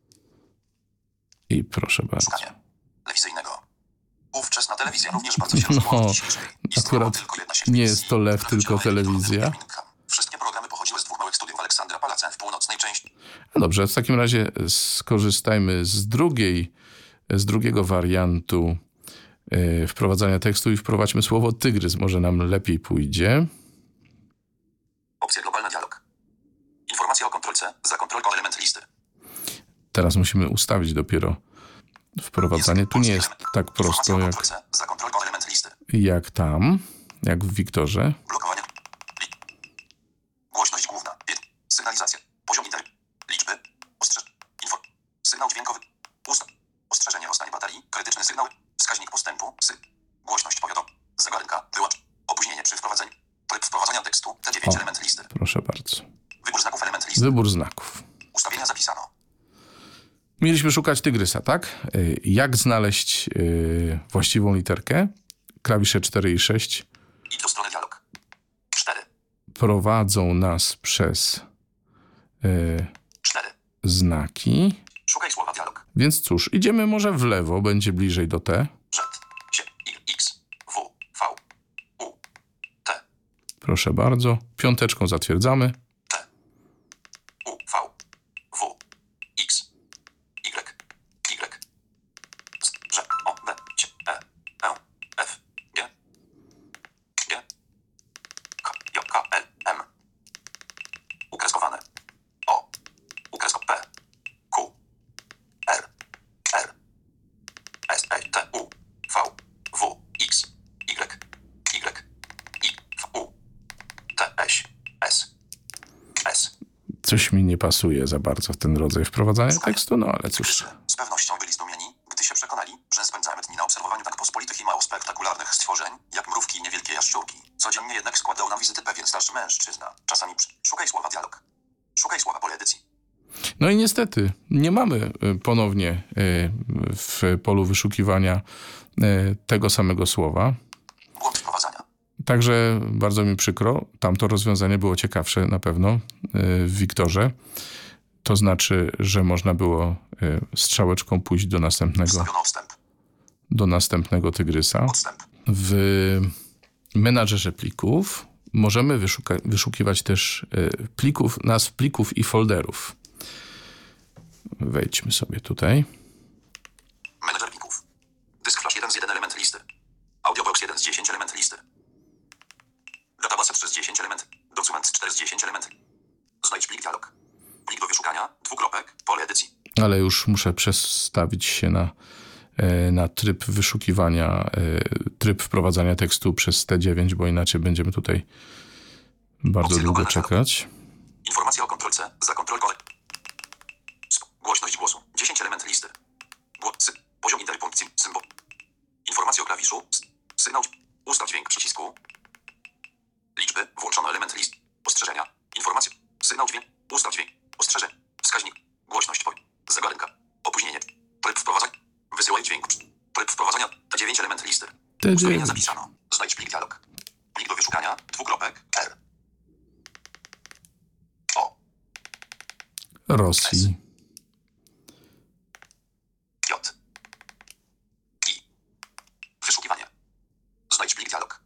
I proszę bardzo. Szukanie telewizyjnego. Ówczesna telewizja również bardzo się rozwinęła No, od dzisiejszej. Istniała akurat tylko jedna sieć nie telewizji, jest to lew, która tylko działała telewizja. jedynie Wszystkie programy pochodziły z dwóch małych studiów Aleksandra Palacen w północnej części. No dobrze, w takim razie skorzystajmy z drugiej, z drugiego wariantu yy, wprowadzania tekstu i wprowadźmy słowo tygrys. Może nam lepiej pójdzie. Opcja globalna dialog. Informacja o kontrolce za kontrolką elementy listy. Teraz musimy ustawić dopiero wprowadzanie. Tu nie jest tak prosto jak, za kontrolką elementy listy. jak tam, jak w Wiktorze. Blokowanie. Li. Głośność główna. Sygnalizacja. Poziom inter. Liczby. Ostrzeż. Info. Sygnał dźwiękowy. Ustaw. Ostrzeżenie o stanie baterii. Krytyczny sygnał. Wskaźnik postępu. Sy. Głośność powiadom. Zegarynka. Wyłącz. Opóźnienie przy wprowadzeniu. Tryb wprowadzania tekstu. T dziewięć O, elementy listy. proszę bardzo. Wybór znaków elementy listy. Wybór znaków. Ustawienia zapisano. Mieliśmy szukać tygrysa, tak? Yy, Jak znaleźć yy, właściwą literkę? Klawisze cztery i sześć Idź do strony dialog. cztery. prowadzą nas przez yy, cztery. znaki. Szukaj słowa dialog. Więc cóż, idziemy może w lewo, będzie bliżej do T. Z. Z. X. W. V. U. T. Proszę bardzo. Piąteczką zatwierdzamy. T. U. V. W. X. Y. Y. Z. Ż. O. B. C. E. E. F. G. G. K. J. K. L. M. Ukreskowane. O. Ukresko P. Q. R. R. S. E. T. U. V. W. X. Y. Y. I. V. U. T. S. S. S. Coś mi nie pasuje za bardzo w ten rodzaj wprowadzania tekstu, no ale cóż. Z pewnością byli zdumieni, gdy się przekonali, że spędzamy dni na obserwowaniu tak pospolitych i mało spektakularnych stworzeń, jak mrówki i niewielkie jaszczurki. Codziennie jednak składał nam wizyty pewien starszy mężczyzna. Czasami przy... Szukaj słowa dialog. Szukaj słowa pole edycji. No i niestety nie mamy y, ponownie y, w polu wyszukiwania y, tego samego słowa. Błąd wprowadzania. Także bardzo mi przykro. Tamto rozwiązanie było ciekawsze na pewno y, w Wiktorze. To znaczy, że można było y, strzałeczką pójść do następnego, Wstawiono wstęp. do następnego tygrysa. Odstęp. W menadżerze plików możemy wyszuka- wyszukiwać też y, plików, nazw plików i folderów. Wejdźmy sobie tutaj. Menedżer plików. Dysk flash jeden z jeden element listy. Audiobox jeden z dziesięć element listy. Database trzy z dziesięć element. Dokument cztery z dziesięć element. Znajdź plik dialog. Plik do wyszukania. Dwukropek. Pole edycji. Ale już muszę przestawić się na, e, na tryb wyszukiwania, e, tryb wprowadzania tekstu przez T dziewięć, bo inaczej będziemy tutaj bardzo Opcja długo globalna czekać. Informacja o kontrolce. Za kontrolką. Głośność głosu. dziesięć element listy. Głosy. Poziom interpunkcji. Symbol. Informacja o klawiszu. S- Sygnał. Ustaw dźwięk przycisku. Liczby. Włączono element list. Ostrzeżenia. Informacja. Sygnał dźwięk. Ustaw dźwięk. Ostrzeżenie. Wskaźnik. Głośność. Twoj. Zegarynka. Opóźnienie. Tryb wprowadzania. Wysyłaj dźwięk. Tryb wprowadzania. T dziewięć element listy. T Ustawienia dziewięć. zapisano. Znajdź plik dialog. Plik do wyszukania. Dwukropek. R. O. Rosji. J. I. Wyszukiwanie. Znajdź plik dialog.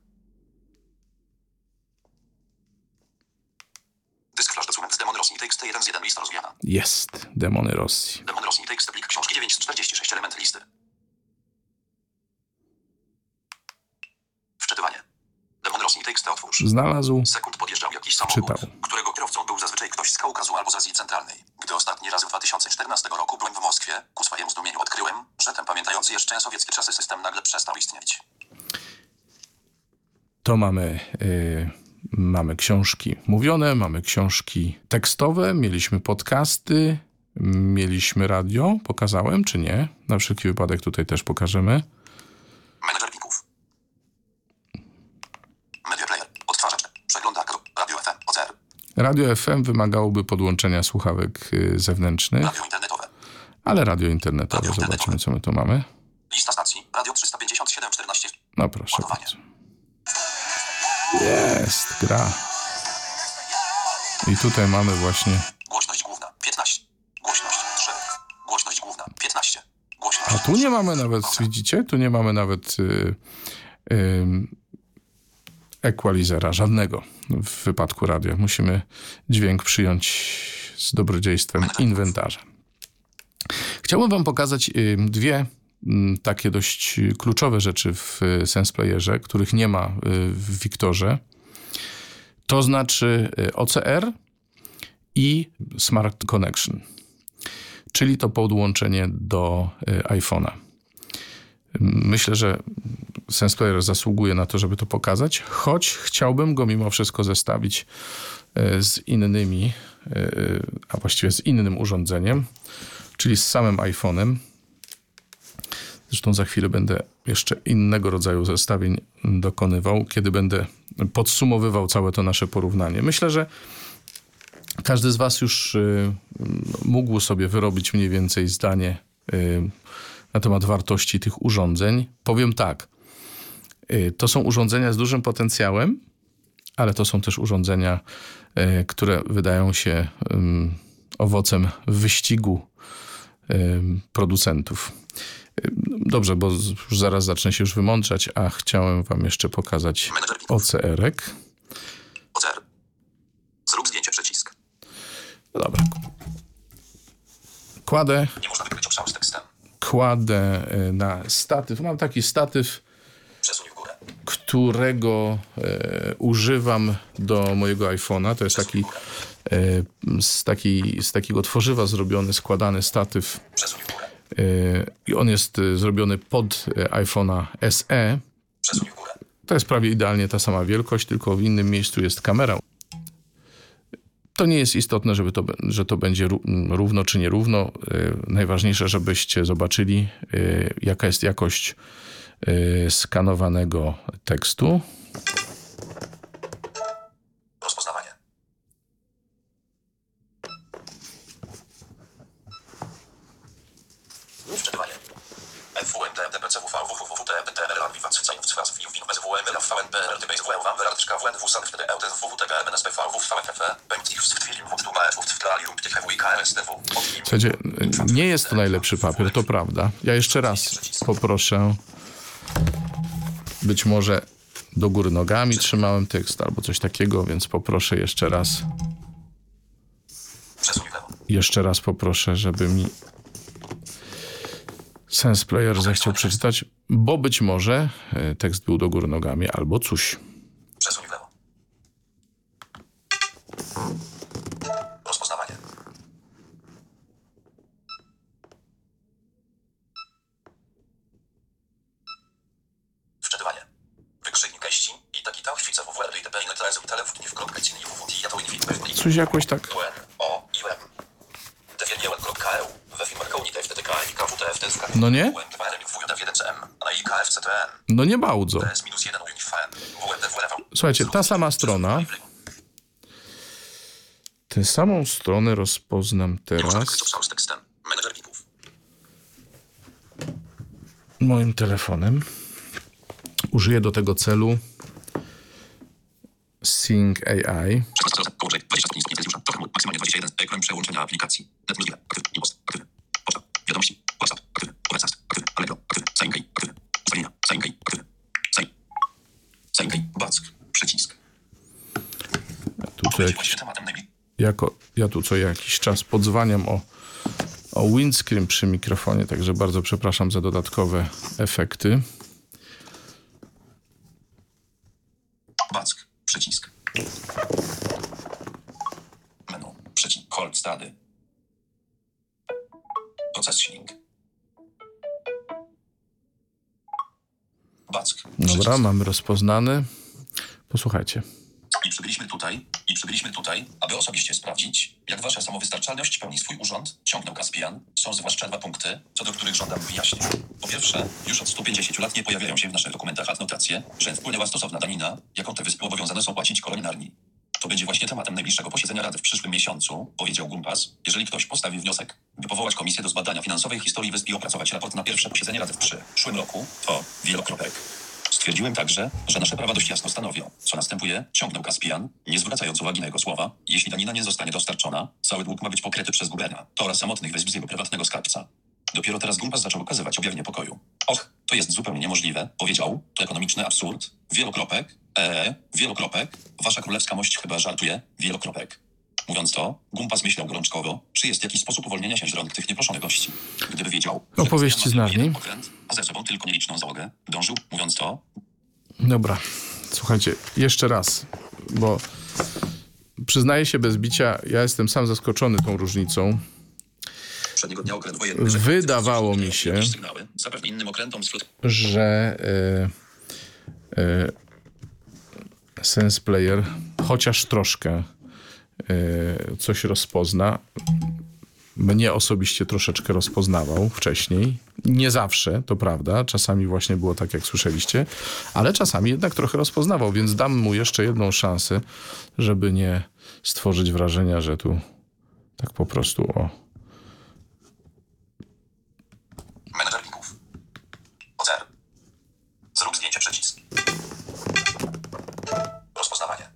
Dysk flash dokument Demon Rosji T X T jeden z jeden lista rozwijana. Jest. Demony Rosji. Demon Rosji T X T plik książki dziewięć z czterdzieści sześć element listy. Wczytywanie. Demon Rosji T X T otwórz. Znalazł. Sekund podjeżdżał jakiś samochód, Czytał. którego kierowcą był zazwyczaj ktoś z Kaukazu albo z Azji Centralnej. Gdy ostatni raz w dwa tysiące czternastego roku byłem w Moskwie, ku swojemu zdumieniu odkryłem, że ten pamiętający jeszcze sowieckie czasy system nagle przestał istnieć. to mamy, yy, mamy książki mówione, mamy książki tekstowe, mieliśmy podcasty, mieliśmy radio, pokazałem czy nie? Na wszelki wypadek tutaj też pokażemy. Menedżer plików. Media player. Odtwarzacz. Przeglądarka. Radio F M. O C R. Radio F M wymagałoby podłączenia słuchawek yy, zewnętrznych. Radio internetowe. Ale radio internetowe. Radio Zobaczymy, internetowe. co my tu mamy. Lista stacji. Radio trzysta pięćdziesiąt siedem czternaście. No proszę Ładowanie. bardzo. Jest, gra. I tutaj mamy właśnie... Głośność główna. piętnaście. Głośność trzy. Głośność główna. piętnaście. Głośność A tu nie mamy nawet, widzicie? Tu nie mamy nawet yy, yy, equalizera żadnego w wypadku radia. Musimy dźwięk przyjąć z dobrodziejstwem inwentarza. Chciałbym wam pokazać yy, dwie yy, takie dość kluczowe rzeczy w yy, SensePlayerze, których nie ma yy, w Victorze. To znaczy yy, O C R i Smart Connection, czyli to podłączenie do y, iPhone'a. Myślę, że SensePlayer zasługuje na to, żeby to pokazać, choć chciałbym go mimo wszystko zestawić y, z innymi, y, a właściwie z innym urządzeniem, czyli z samym iPhone'em. Zresztą za chwilę będę jeszcze innego rodzaju zestawień dokonywał, kiedy będę podsumowywał całe to nasze porównanie. Myślę, że każdy z was już y, mógł sobie wyrobić mniej więcej zdanie y, na temat wartości tych urządzeń. Powiem tak, y, to są urządzenia z dużym potencjałem, ale to są też urządzenia, y, które wydają się y, owocem wyścigu y, producentów. Y, dobrze, bo już zaraz zacznę się już wymądrzać, a chciałem wam jeszcze pokazać O C R-ek. O C R. Zrób zdjęcie przycisk. No dobra. Kładę, Nie można wykryć obszaru z tekstem. kładę na statyw. Mam taki statyw, Przesuń w górę. którego e, używam do mojego iPhone'a. To jest taki, e, z, taki z takiego tworzywa zrobiony, składany statyw. Przesuń w górę. E, I on jest e, zrobiony pod e, iPhone'a S E. Przesuń w górę. To jest prawie idealnie ta sama wielkość, tylko w innym miejscu jest kamera. To nie jest istotne, żeby to, że to będzie równo czy nierówno. Najważniejsze, żebyście zobaczyli, jaka jest jakość skanowanego tekstu. Rozpoznawanie. Wczytywanie. F U M T M D P C W V W W W T M T M R A Wiwac Cajów Cwas Wiu Win Bez W M L V N P R T B Z W Wam Wyradczka W N W San W T E L W W T P M N S P V W V F F Pęć ich w Twilin W Tu F W Tlalium Tych W I K R S T W. Słuchajcie, nie jest to najlepszy papier, to prawda. Ja jeszcze raz poproszę, być może do góry nogami trzymałem tekst albo coś takiego, więc poproszę jeszcze raz. Przesuń w lewo. Jeszcze raz poproszę, żeby mi SensePlayer zechciał przeczytać, bo być może tekst był do góry nogami albo coś. Przesuń w lewo. Rozpoznawanie. Wczytywanie. Wykrzyknik geści i taki tam chwica W W R D I T P inne telezu telefon nie w kropkę cini W W T ja to infin pewnie. Coś jakoś tak. O I M. Defierniełek.eu. We firmach Unite F T T K I K W T F T F K. No nie? No nie bardzo. Słuchajcie, ta sama strona. Tę samą stronę rozpoznam teraz moim telefonem. Użyję do tego celu Sync A I. Maksymalnie dwadzieścia jeden. Ekran przełączenia aplikacji. Net plus dwa. Aktyw. Impost. Aktyw. Poczta. Wiadomości. WhatsApp. Aktyw. Overcast. Aktyw. Allegro. Aktyw. Sainkey. Aktyw. Ustawienia. Sainkey. Aktyw. Sain. Sainkey. Back. Przycisk. Tu co jakiś, jako, ja tu co jakiś czas podzwaniam o, o windscreen przy mikrofonie, także bardzo przepraszam za dodatkowe efekty. Back. Przycisk. Menu. Przycisk. Hold stady. Processing. Back. Dobra, mamy rozpoznany. Posłuchajcie. I przybyliśmy tutaj, i przybyliśmy tutaj, aby osobiście sprawdzić, jak wasza samowystarczalność pełni swój urząd, ciągnął Kaspian. Są zwłaszcza dwa punkty, co do których żądam wyjaśnień. Po pierwsze, już od stu pięćdziesięciu lat nie pojawiają się w naszych dokumentach adnotacje, że wpłynęła stosowna danina, jaką te wyspy obowiązane są płacić kolonialni. To będzie właśnie tematem najbliższego posiedzenia Rady w przyszłym miesiącu, powiedział Gumpas, jeżeli ktoś postawi wniosek, by powołać komisję do zbadania finansowej historii wysp i opracować raport na pierwsze posiedzenie Rady w przyszłym roku, to wielokropek. Stwierdziłem także, że nasze prawa dość jasno stanowią, co następuje, ciągnął Kaspian, nie zwracając uwagi na jego słowa, jeśli danina nie zostanie dostarczona, cały dług ma być pokryty przez guberna, to oraz samotnych wysp z jego prywatnego skarbca. Dopiero teraz Gumpas zaczął okazywać objawy niepokoju. Och, to jest zupełnie niemożliwe, powiedział, to ekonomiczny absurd, wielokropek, eee, wielokropek, wasza królewska mość chyba żartuje, wielokropek. Mówiąc to, Gumpas myślał gorączkowo, czy jest jakiś sposób uwolnienia się z rąk tych nieproszonych gości. Gdyby wiedział, Opowieści że z Narni. okręt, a ze sobą tylko nieliczną załogę, dążył, mówiąc to. Dobra, słuchajcie, jeszcze raz, bo przyznaję się bez bicia, ja jestem sam zaskoczony tą różnicą. Poprzedniego dnia okręt wojenny, Wydawało mi się, sygnały, zapewne innym okrętom z flot... że y, y, Sense Player chociaż troszkę y, coś rozpozna. Mnie osobiście troszeczkę rozpoznawał wcześniej. Nie zawsze, to prawda. Czasami właśnie było tak, jak słyszeliście, ale czasami jednak trochę rozpoznawał, więc dam mu jeszcze jedną szansę, żeby nie stworzyć wrażenia, że tu tak po prostu o... Menedżer plików. O C R. Zrób zdjęcie przycisk. Rozpoznawanie.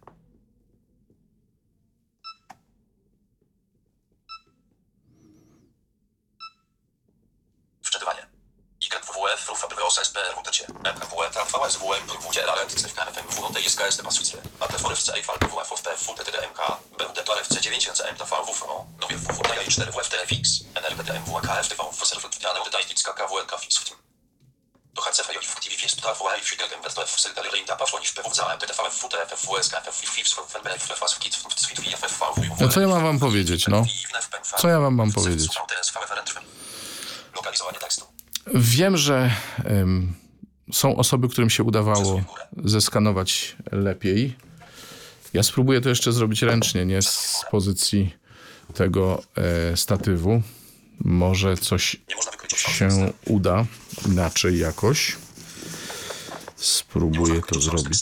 Wczytywanie. Y W W F, F B O S P R W T C, M K W E, T V S W M, W D L R, C F K F M, W T I S K S T P A S W C, A T F F C, W F F P F, T D M K, B U D T F C dziewięć C M T V W O, Nowie W W T I cztery W F T F X, N R B T M W K F T V W S R F T A N U D T I T K W N K F I S W T. Do H C F I W T V F S P T F W I F G M W T F S L T I T P F F P W Z A M T T V F W T F F W S K F F I F S F N B F F S K F F V. No co ja mam wam powiedzieć, no? Co ja wam mam powiedzieć? Lokalizowanie tekstu. Wiem, że um, są osoby, którym się udawało zeskanować lepiej. Ja spróbuję to jeszcze zrobić ręcznie, nie z pozycji tego e, statywu. Może coś się uda inaczej jakoś. Spróbuję to zrobić.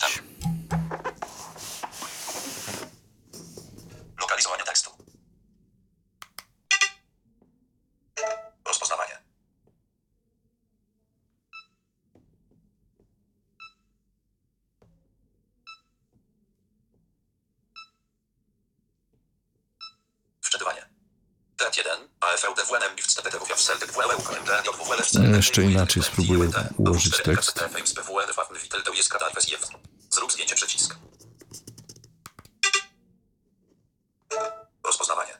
Lokalizowanie tekstu. Rozpoznawanie. Wczytywanie. T jeden, A F L D W N M I F C T T W F S L T W L U K M D J W L F C. Jeszcze inaczej spróbuję ułożyć tekst. Zrób zdjęcie przycisk. Rozpoznawanie.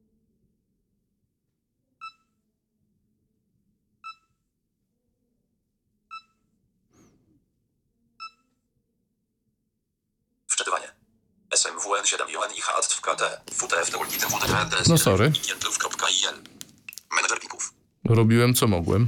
Wczytywanie. S M W N siedem U N I H A T W K T W T F T Ultitem W T T D S. No sorry. Menedżer plików. Robiłem co mogłem.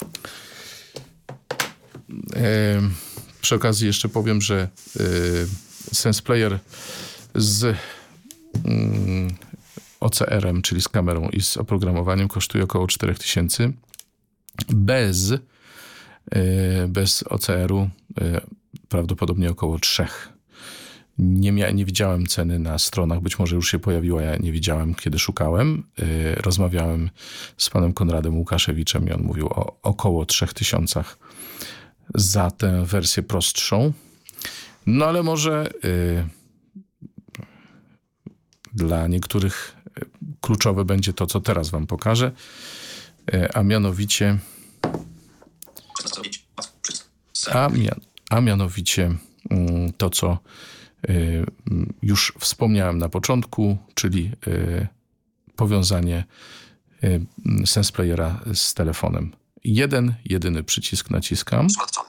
E, przy okazji jeszcze powiem, że e, Sense Player z mm, O C R-em, czyli z kamerą i z oprogramowaniem kosztuje około cztery tysiące. Bez, e, bez O C R-u e, prawdopodobnie około trzech. Nie, mia- nie widziałem ceny na stronach, być może już się pojawiła, ja nie widziałem, kiedy szukałem. Yy, rozmawiałem z panem Konradem Łukaszewiczem i on mówił o około trzech tysiącach za tę wersję prostszą. No ale może yy, dla niektórych kluczowe będzie to, co teraz wam pokażę, yy, a mianowicie a, mia- a mianowicie yy, to, co już wspomniałem na początku, czyli powiązanie Sense Playera z telefonem. Jeden, jedyny przycisk naciskam.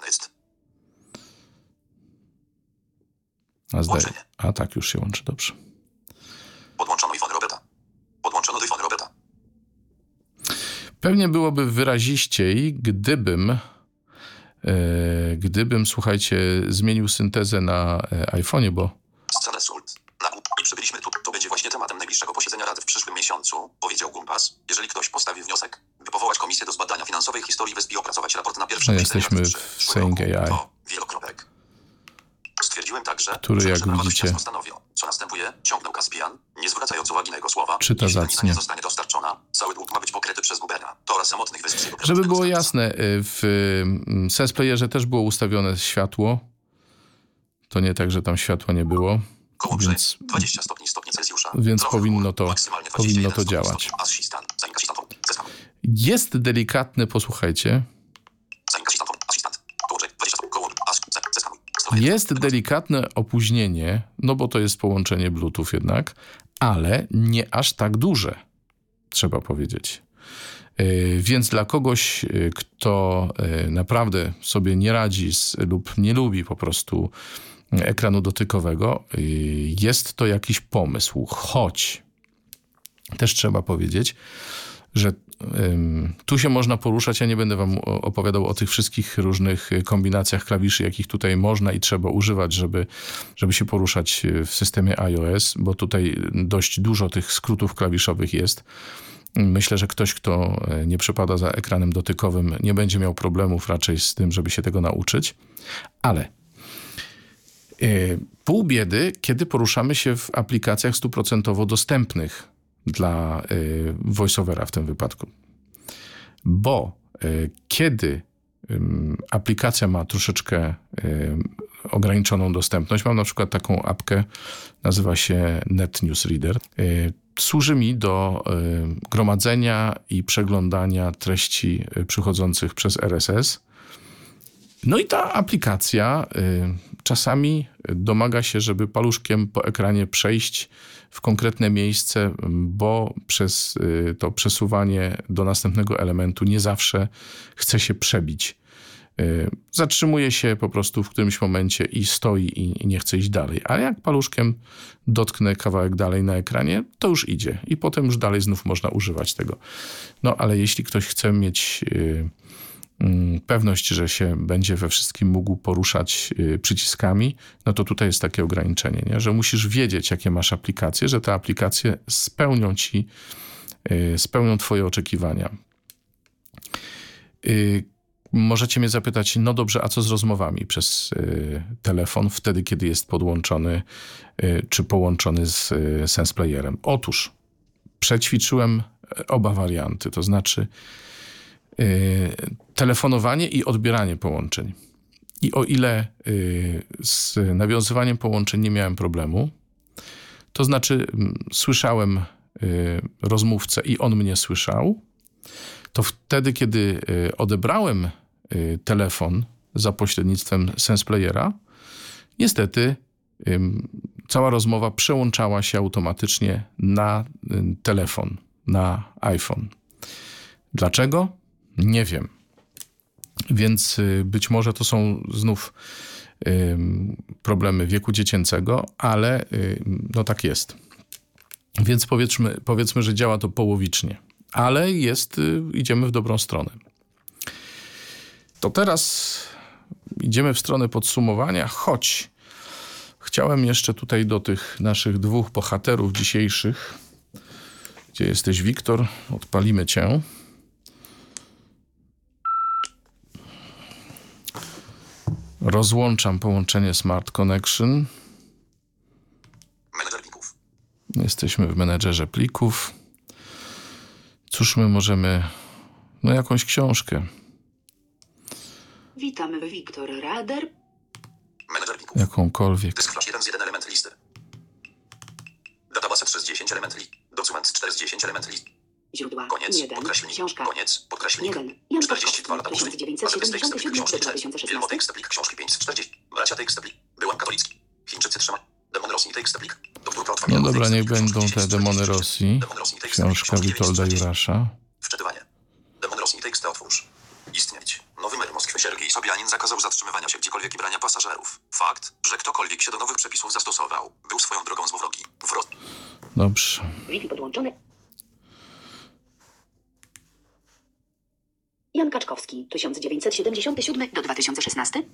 A, zdaje, a tak, już się łączy, dobrze. Podłączono iPhone Roberta. Podłączono do iPhone Roberta. Pewnie byłoby wyraziściej, gdybym Gdybym, słuchajcie, zmienił syntezę na iPhone'ie, bo... Scale sult. I przybyliśmy tu. To będzie właśnie tematem najbliższego posiedzenia Rady w przyszłym miesiącu, powiedział Gumpas. Jeżeli ktoś postawi wniosek, by powołać komisję do zbadania finansowej historii wyspy i opracować raport na pierwszym no, jesteśmy w Saying A I. To wielokropek. Stwierdziłem także, który, że jak widzicie, stanowią. Co następuje? Ciągnął Kaspian, nie zwracając uwagi na jego słowa. czyta Jeśli zacnie. nie zostanie dostarczona, cały dług ma być pokryty przez Gubera. To oraz samotnych wysp. Żeby było jasne, w SensePlayerze też było ustawione światło. To nie tak, że tam światła nie było. Więc, dwadzieścia stopni stopni Celsjusza. więc powinno to, powinno to działać. Jest delikatne, posłuchajcie. Jest delikatne opóźnienie, no bo to jest połączenie Bluetooth jednak, ale nie aż tak duże, trzeba powiedzieć. Yy, więc dla kogoś, yy, kto yy, naprawdę sobie nie radzi z, lub nie lubi po prostu ekranu dotykowego, yy, jest to jakiś pomysł, choć też trzeba powiedzieć, że ym, tu się można poruszać. Ja nie będę wam opowiadał o tych wszystkich różnych kombinacjach klawiszy, jakich tutaj można i trzeba używać, żeby, żeby się poruszać w systemie iOS, bo tutaj dość dużo tych skrótów klawiszowych jest. Myślę, że ktoś, kto nie przepada za ekranem dotykowym, nie będzie miał problemów raczej z tym, żeby się tego nauczyć. Ale yy, pół biedy, kiedy poruszamy się w aplikacjach stuprocentowo dostępnych dla y, voiceovera w tym wypadku. Bo y, kiedy y, aplikacja ma troszeczkę y, ograniczoną dostępność, mam na przykład taką apkę, nazywa się NetNewsReader, y, służy mi do y, gromadzenia i przeglądania treści y, przychodzących przez R S S. No i ta aplikacja y, czasami domaga się, żeby paluszkiem po ekranie przejść w konkretne miejsce, bo przez y, to przesuwanie do następnego elementu nie zawsze chce się przebić. Y, zatrzymuje się po prostu w którymś momencie i stoi i, i nie chce iść dalej. A jak paluszkiem dotknę kawałek dalej na ekranie, to już idzie. I potem już dalej znów można używać tego. No ale jeśli ktoś chce mieć y, pewność, że się będzie we wszystkim mógł poruszać przyciskami, no to tutaj jest takie ograniczenie, nie? Że musisz wiedzieć, jakie masz aplikacje, że te aplikacje spełnią ci, spełnią twoje oczekiwania. Możecie mnie zapytać, no dobrze, a co z rozmowami przez telefon, wtedy, kiedy jest podłączony czy połączony z SensePlayerem? Otóż przećwiczyłem oba warianty, to znaczy Yy, telefonowanie i odbieranie połączeń. I o ile yy, z nawiązywaniem połączeń nie miałem problemu, to znaczy yy, słyszałem yy, rozmówcę i on mnie słyszał, to wtedy, kiedy yy, odebrałem yy, telefon za pośrednictwem SensePlayera, niestety yy, cała rozmowa przełączała się automatycznie na yy, telefon, na iPhone. Dlaczego? Nie wiem. Więc y, być może to są znów y, problemy wieku dziecięcego, ale y, no tak jest. Więc powiedzmy, powiedzmy, że działa to połowicznie. Ale jest, y, idziemy w dobrą stronę. To teraz idziemy w stronę podsumowania, choć chciałem jeszcze tutaj do tych naszych dwóch bohaterów dzisiejszych. Gdzie jesteś, Wiktor? Odpalimy cię. Rozłączam połączenie Smart Connection. Menedżer plików. Jesteśmy w menedżerze plików. Cóż my możemy... No jakąś książkę. Witamy, Wiktor Rader. Menedżer plików. Jakąkolwiek. Dysk flash jeden z jeden element listy. Database trzy z dziesięć element list. Dokument cztery z dziesięć element list. Źródła. Koniec. jeden. Podkreślnik. Książka. Koniec. Podkreślnik. jeden. czterdzieści dwa lata później. tysiąc dziewięćset siedemdziesiąty siódmy do dwa tysiące Filmo szesnasty. tekst plik książki pięćset czterdzieści. Bracia tekst plik. Byłam katolicki. Chińczycy trzyma. Demon Rosji tekst plik. Doktor Piotr No dobra, niech będą te Demony Rosji. Książka Witolda Jurasza. Wczytywanie. Demon Rosji tekst otwórz. Istnieć. Nowy mer Moskwy Siergiej Sobjanin zakazał zatrzymywania się gdziekolwiek i brania pasażerów. Fakt, że ktokolwiek się do nowych przepisów zastosował, był swoją drogą złowrogi. Wrot. Dobrze. Wi-Fi podłączony. Jan Kaczkowski, tysiąc dziewięćset siedemdziesiąty siódmy do dwa tysiące szesnasty.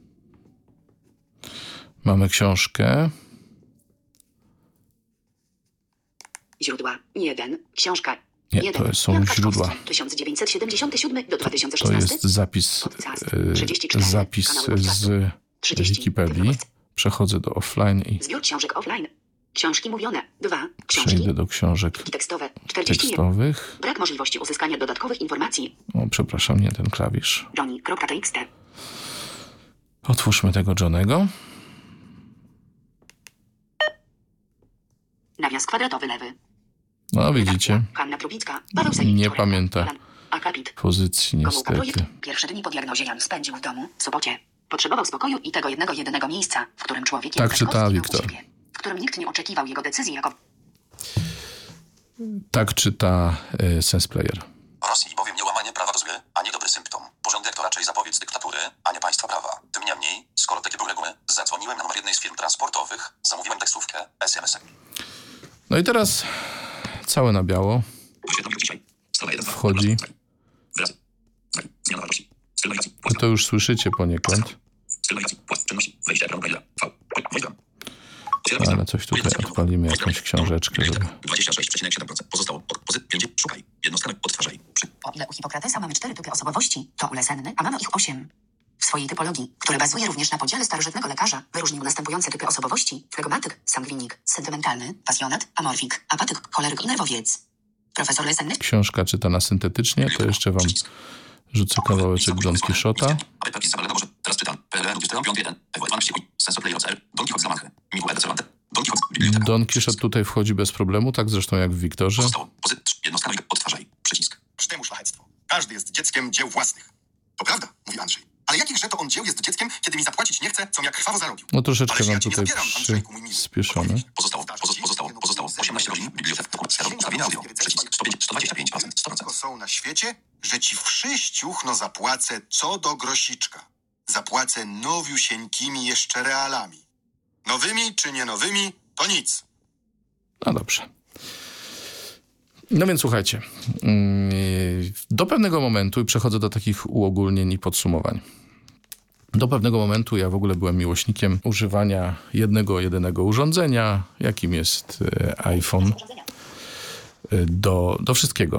Mamy książkę. Źródła. jeden. Książka. Nie, jeden. to są Jan źródła. Kaczkowski, tysiąc dziewięćset siedemdziesiąty siódmy do dwa tysiące To szesnasty. jest zapis, e, zapis z Wikipedii. Przechodzę do offline i Zbiór książek offline. Książki mówione. dwa. Książki przejdę do książek tekstowe. czterdzieści jeden. tekstowych. Brak możliwości uzyskania dodatkowych informacji. O, przepraszam, nie ten klawisz. Johnny.txt. Otwórzmy tego Johnego. Nawias kwadratowy lewy. No widzicie, Hanna Trubicka. Paweł Sejm. nie pamięta Akapit. pozycji Gomułka projekt. niestety. Pierwsze dni po diagnozie Jan spędził w domu, w Sopocie. Potrzebował spokoju i tego jednego, jedynego miejsca, w którym człowiekiem Tak czyta Kaczkowski miał Wiktor. siebie, w którym nikt nie oczekiwał jego decyzji jako... Tak czyta e, SensePlayer. Rosji bowiem niełamanie prawa to zły, a nie dobry symptom. Porządek to raczej zapowiedź dyktatury, a nie państwa prawa. Tym niemniej, skoro takie były reguły, zadzwoniłem na numer jednej z firm transportowych, zamówiłem taksówkę, S M S. No i teraz całe na biało wchodzi. I to już słyszycie poniekąd. Ale coś tutaj odpalimy, jakąś książeczkę, żeby... dwadzieścia sześć przecinek siedem procent. Pozostało pozyt pięć. Szukaj. Jednostkami odtwarzaj. Przy... O ile u Hipokratesa mamy cztery typy osobowości, to u Lesenny, a mamy ich osiem. W swojej typologii, która bazuje również na podziale starożytnego lekarza, wyróżnił następujące typy osobowości: flegmatyk, sangwinik, sentymentalny, pasjonat, amorfik, apatyk, choleryk i nerwowiec. Profesor Lesenny... Książka czyta na syntetycznie, to jeszcze wam rzucę kawałeczek Don Quixota. Don Quixote tutaj wchodzi bez problemu, tak zresztą jak w Wiktorze. Jednostkami odtwarzaj. Przycisk. Temu szlachectwo. Każdy jest dzieckiem dzieł własnych. To prawda, mówi Andrzej. Ale jakichże to on dzieł jest dzieckiem, kiedy mi zapłacić nie chce, co mi jak krwawo zarobił? No troszeczkę Ależ wam ja ci nie tutaj zabieram, Andrzejku, mój miły. przyspieszone. Pozostało, pozostało, pozostało, pozostało osiemnaście godzin. Biblioteka, sterownik, ustawienie audio. Przycisk. sto dwadzieścia pięć procent. sto procent. Tylko są na świecie, że ci wszy ściuchno zapłacę co do grosiczka. Zapłacę nowiusieńkimi jeszcze realami. Nowymi czy nie nowymi, to nic. No dobrze. No więc słuchajcie, do pewnego momentu, i przechodzę do takich uogólnień i podsumowań. Do pewnego momentu ja w ogóle byłem miłośnikiem używania jednego, jedynego urządzenia, jakim jest iPhone, do, do wszystkiego.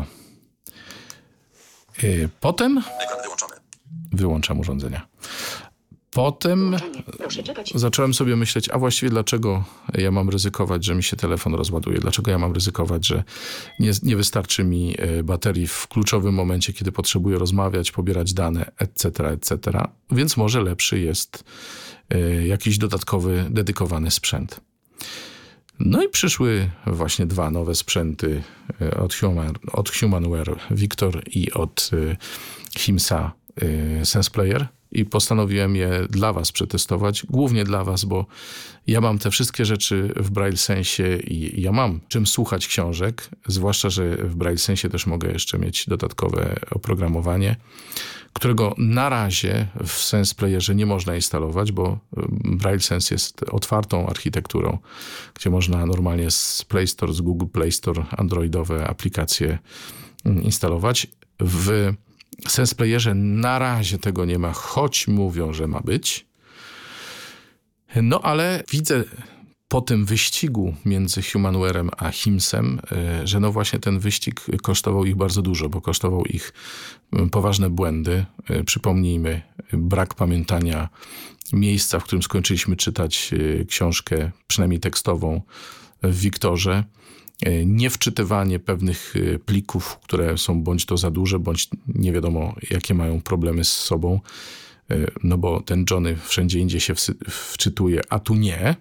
Potem wyłączam urządzenia. Potem zacząłem sobie myśleć, a właściwie dlaczego ja mam ryzykować, że mi się telefon rozładuje? Dlaczego ja mam ryzykować, że nie, nie wystarczy mi baterii w kluczowym momencie, kiedy potrzebuję rozmawiać, pobierać dane, et cetera, et cetera. Więc może lepszy jest jakiś dodatkowy, dedykowany sprzęt. No i przyszły właśnie dwa nowe sprzęty od, Human, od Humanware Victor i od Himsa SensePlayer. I postanowiłem je dla was przetestować, głównie dla was, bo ja mam te wszystkie rzeczy w Braille Sensie i ja mam czym słuchać książek, zwłaszcza, że w Braille Sensie też mogę jeszcze mieć dodatkowe oprogramowanie, którego na razie w SensePlayerze nie można instalować, bo Braille Sense jest otwartą architekturą, gdzie można normalnie z Play Store, z Google Play Store androidowe aplikacje instalować. W SensePlayerze na razie tego nie ma, choć mówią, że ma być. No ale widzę po tym wyścigu między Humanware'em a Himsem, że no właśnie ten wyścig kosztował ich bardzo dużo, bo kosztował ich poważne błędy. Przypomnijmy, brak pamiętania miejsca, w którym skończyliśmy czytać książkę, przynajmniej tekstową, w Wiktorze. Niewczytywanie pewnych plików, które są bądź to za duże, bądź nie wiadomo, jakie mają problemy z sobą, no bo ten Johnny wszędzie indziej się wczytuje, a tu nie.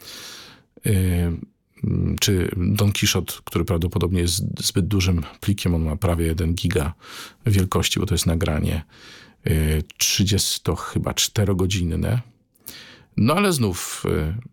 Czy Don Quixote, który prawdopodobnie jest zbyt dużym plikiem, on ma prawie jeden giga wielkości, bo to jest nagranie trzydziesto chyba czterogodzinne. No ale znów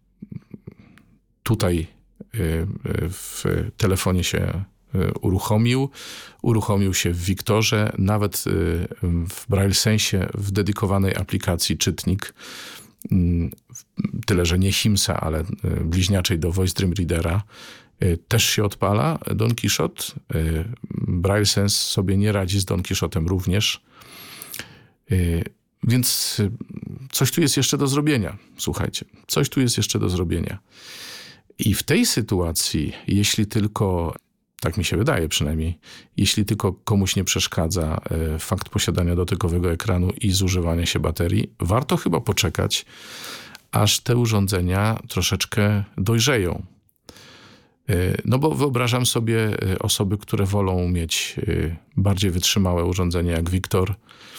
tutaj w telefonie się uruchomił, uruchomił się w Wiktorze, nawet w Braille Sensie w dedykowanej aplikacji czytnik, tyle że nie Himsa, ale bliźniaczej do Voice Dream Readera, też się odpala Don Quixote. Braille Sense sobie nie radzi z Don Quixotem również. Więc coś tu jest jeszcze do zrobienia. Słuchajcie, coś tu jest jeszcze do zrobienia. I w tej sytuacji, jeśli tylko, tak mi się wydaje przynajmniej, jeśli tylko komuś nie przeszkadza fakt posiadania dotykowego ekranu i zużywania się baterii, warto chyba poczekać, aż te urządzenia troszeczkę dojrzeją. No bo wyobrażam sobie osoby, które wolą mieć bardziej wytrzymałe urządzenie jak Victor,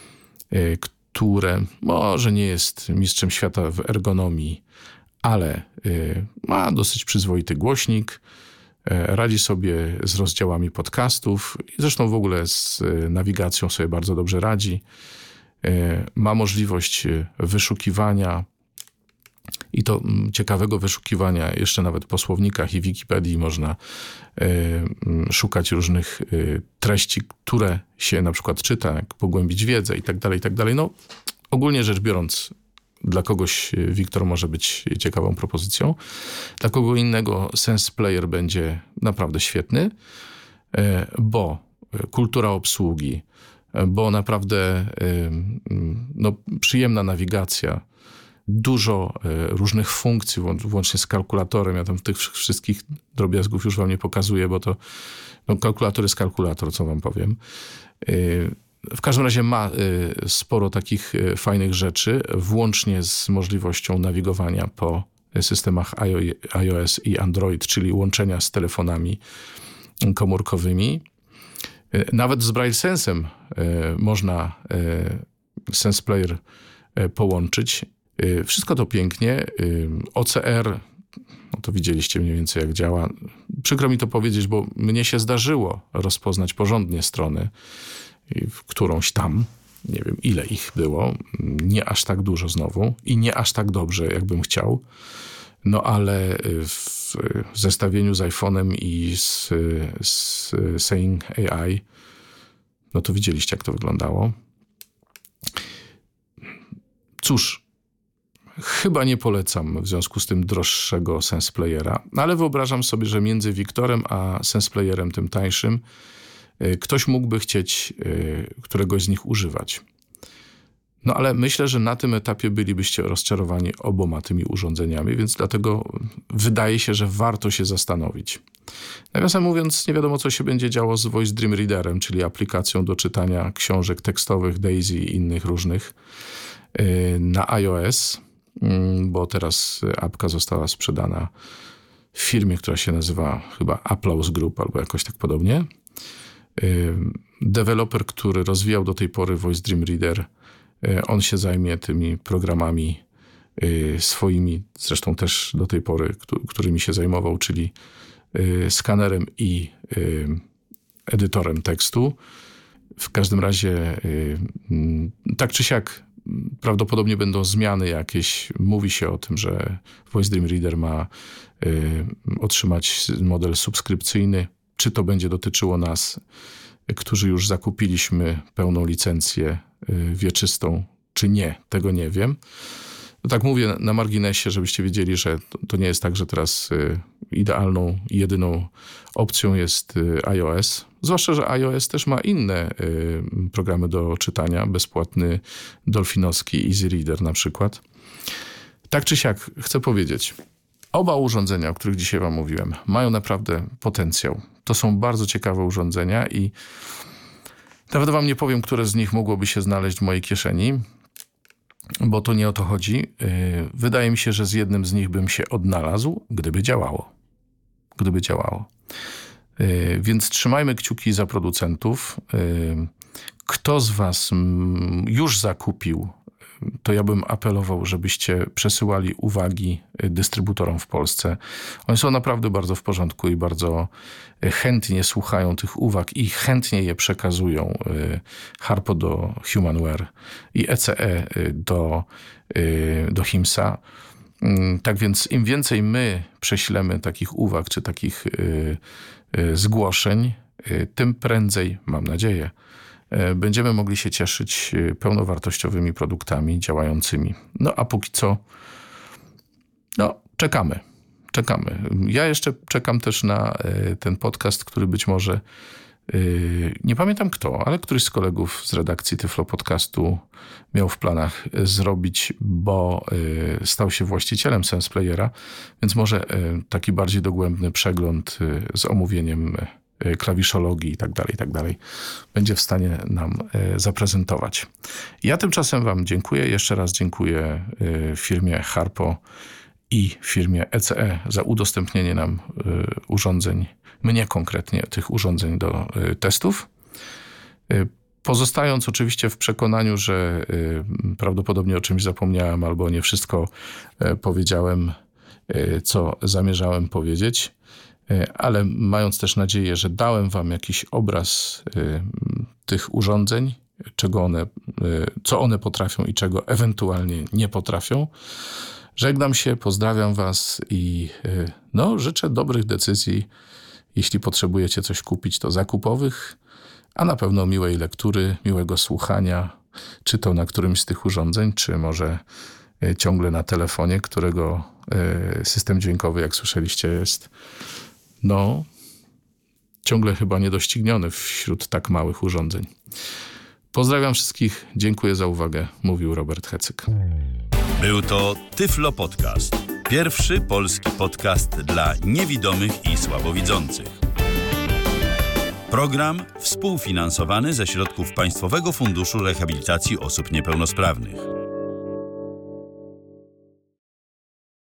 które może nie jest mistrzem świata w ergonomii, ale ma dosyć przyzwoity głośnik, radzi sobie z rozdziałami podcastów, zresztą w ogóle z nawigacją sobie bardzo dobrze radzi. Ma możliwość wyszukiwania i to ciekawego wyszukiwania, jeszcze nawet po słownikach i Wikipedii można szukać różnych treści, które się na przykład czyta, jak pogłębić wiedzę i tak dalej, i tak dalej. No, ogólnie rzecz biorąc, dla kogoś Victor może być ciekawą propozycją. Dla kogo innego Sense Player będzie naprawdę świetny, bo kultura obsługi, bo naprawdę no, przyjemna nawigacja, dużo różnych funkcji, włącznie z kalkulatorem. Ja tam tych wszystkich drobiazgów już wam nie pokazuję, bo to no, kalkulator jest kalkulator, co wam powiem. W każdym razie ma sporo takich fajnych rzeczy, włącznie z możliwością nawigowania po systemach iOS i Android, czyli łączenia z telefonami komórkowymi. Nawet z Braille Sensem można Sense Player połączyć. Wszystko to pięknie. O C R, no to widzieliście mniej więcej jak działa. Przykro mi to powiedzieć, bo mnie się zdarzyło rozpoznać porządnie strony, w którąś tam, nie wiem ile ich było, nie aż tak dużo znowu i nie aż tak dobrze, jakbym chciał. No ale w zestawieniu z iPhone'em i z, z Saying A I, no to widzieliście jak to wyglądało. Cóż, chyba nie polecam w związku z tym droższego Sense Playera, ale wyobrażam sobie, że między Victorem a Sense Playerem tym tańszym ktoś mógłby chcieć któregoś z nich używać. No ale myślę, że na tym etapie bylibyście rozczarowani oboma tymi urządzeniami, więc dlatego wydaje się, że warto się zastanowić. Nawiasem mówiąc, nie wiadomo, co się będzie działo z Voice Dream Readerem, czyli aplikacją do czytania książek tekstowych, Daisy i innych różnych na iOS, bo teraz apka została sprzedana w firmie, która się nazywa chyba Applause Group albo jakoś tak podobnie. Deweloper, który rozwijał do tej pory Voice Dream Reader, on się zajmie tymi programami swoimi, zresztą też do tej pory, którymi się zajmował, czyli skanerem i edytorem tekstu. W każdym razie tak czy siak prawdopodobnie będą zmiany jakieś. Mówi się o tym, że Voice Dream Reader ma otrzymać model subskrypcyjny. Czy to będzie dotyczyło nas, którzy już zakupiliśmy pełną licencję wieczystą, czy nie, tego nie wiem. No tak mówię na marginesie, żebyście wiedzieli, że to nie jest tak, że teraz idealną, jedyną opcją jest iOS. Zwłaszcza, że iOS też ma inne programy do czytania, bezpłatny dolfinowski Easy Reader na przykład. Tak czy siak, chcę powiedzieć, oba urządzenia, o których dzisiaj wam mówiłem, mają naprawdę potencjał. To są bardzo ciekawe urządzenia i nawet wam nie powiem, które z nich mogłoby się znaleźć w mojej kieszeni, bo to nie o to chodzi. Wydaje mi się, że z jednym z nich bym się odnalazł, gdyby działało. Gdyby działało. Więc trzymajmy kciuki za producentów. Kto z was już zakupił, to ja bym apelował, żebyście przesyłali uwagi dystrybutorom w Polsce. Oni są naprawdę bardzo w porządku i bardzo chętnie słuchają tych uwag i chętnie je przekazują. Harpo do Humanware i E C E do, do Himsa. Tak więc im więcej my prześlemy takich uwag czy takich zgłoszeń, tym prędzej, mam nadzieję, będziemy mogli się cieszyć pełnowartościowymi produktami działającymi. No a póki co, no czekamy. czekamy. Ja jeszcze czekam też na ten podcast, który być może, nie pamiętam kto, ale któryś z kolegów z redakcji Tyflo Podcastu miał w planach zrobić, bo stał się właścicielem SensePlayera, więc może taki bardziej dogłębny przegląd z omówieniem klawiszologii i tak dalej, i tak dalej będzie w stanie nam zaprezentować. Ja tymczasem wam dziękuję. Jeszcze raz dziękuję firmie Harpo i firmie E C E za udostępnienie nam urządzeń, mnie konkretnie tych urządzeń do testów. Pozostając oczywiście w przekonaniu, że prawdopodobnie o czymś zapomniałem albo nie wszystko powiedziałem, co zamierzałem powiedzieć, ale mając też nadzieję, że dałem wam jakiś obraz tych urządzeń, czego one, co one potrafią i czego ewentualnie nie potrafią, żegnam się, pozdrawiam was i no, życzę dobrych decyzji. Jeśli potrzebujecie coś kupić, to zakupowych, a na pewno miłej lektury, miłego słuchania, czy to na którymś z tych urządzeń, czy może ciągle na telefonie, którego system dźwiękowy, jak słyszeliście, jest no ciągle chyba niedościgniony wśród tak małych urządzeń. Pozdrawiam wszystkich, dziękuję za uwagę, mówił Robert Hecyk. Był to Tyflo Podcast. Pierwszy polski podcast dla niewidomych i słabowidzących. Program współfinansowany ze środków Państwowego Funduszu Rehabilitacji Osób Niepełnosprawnych.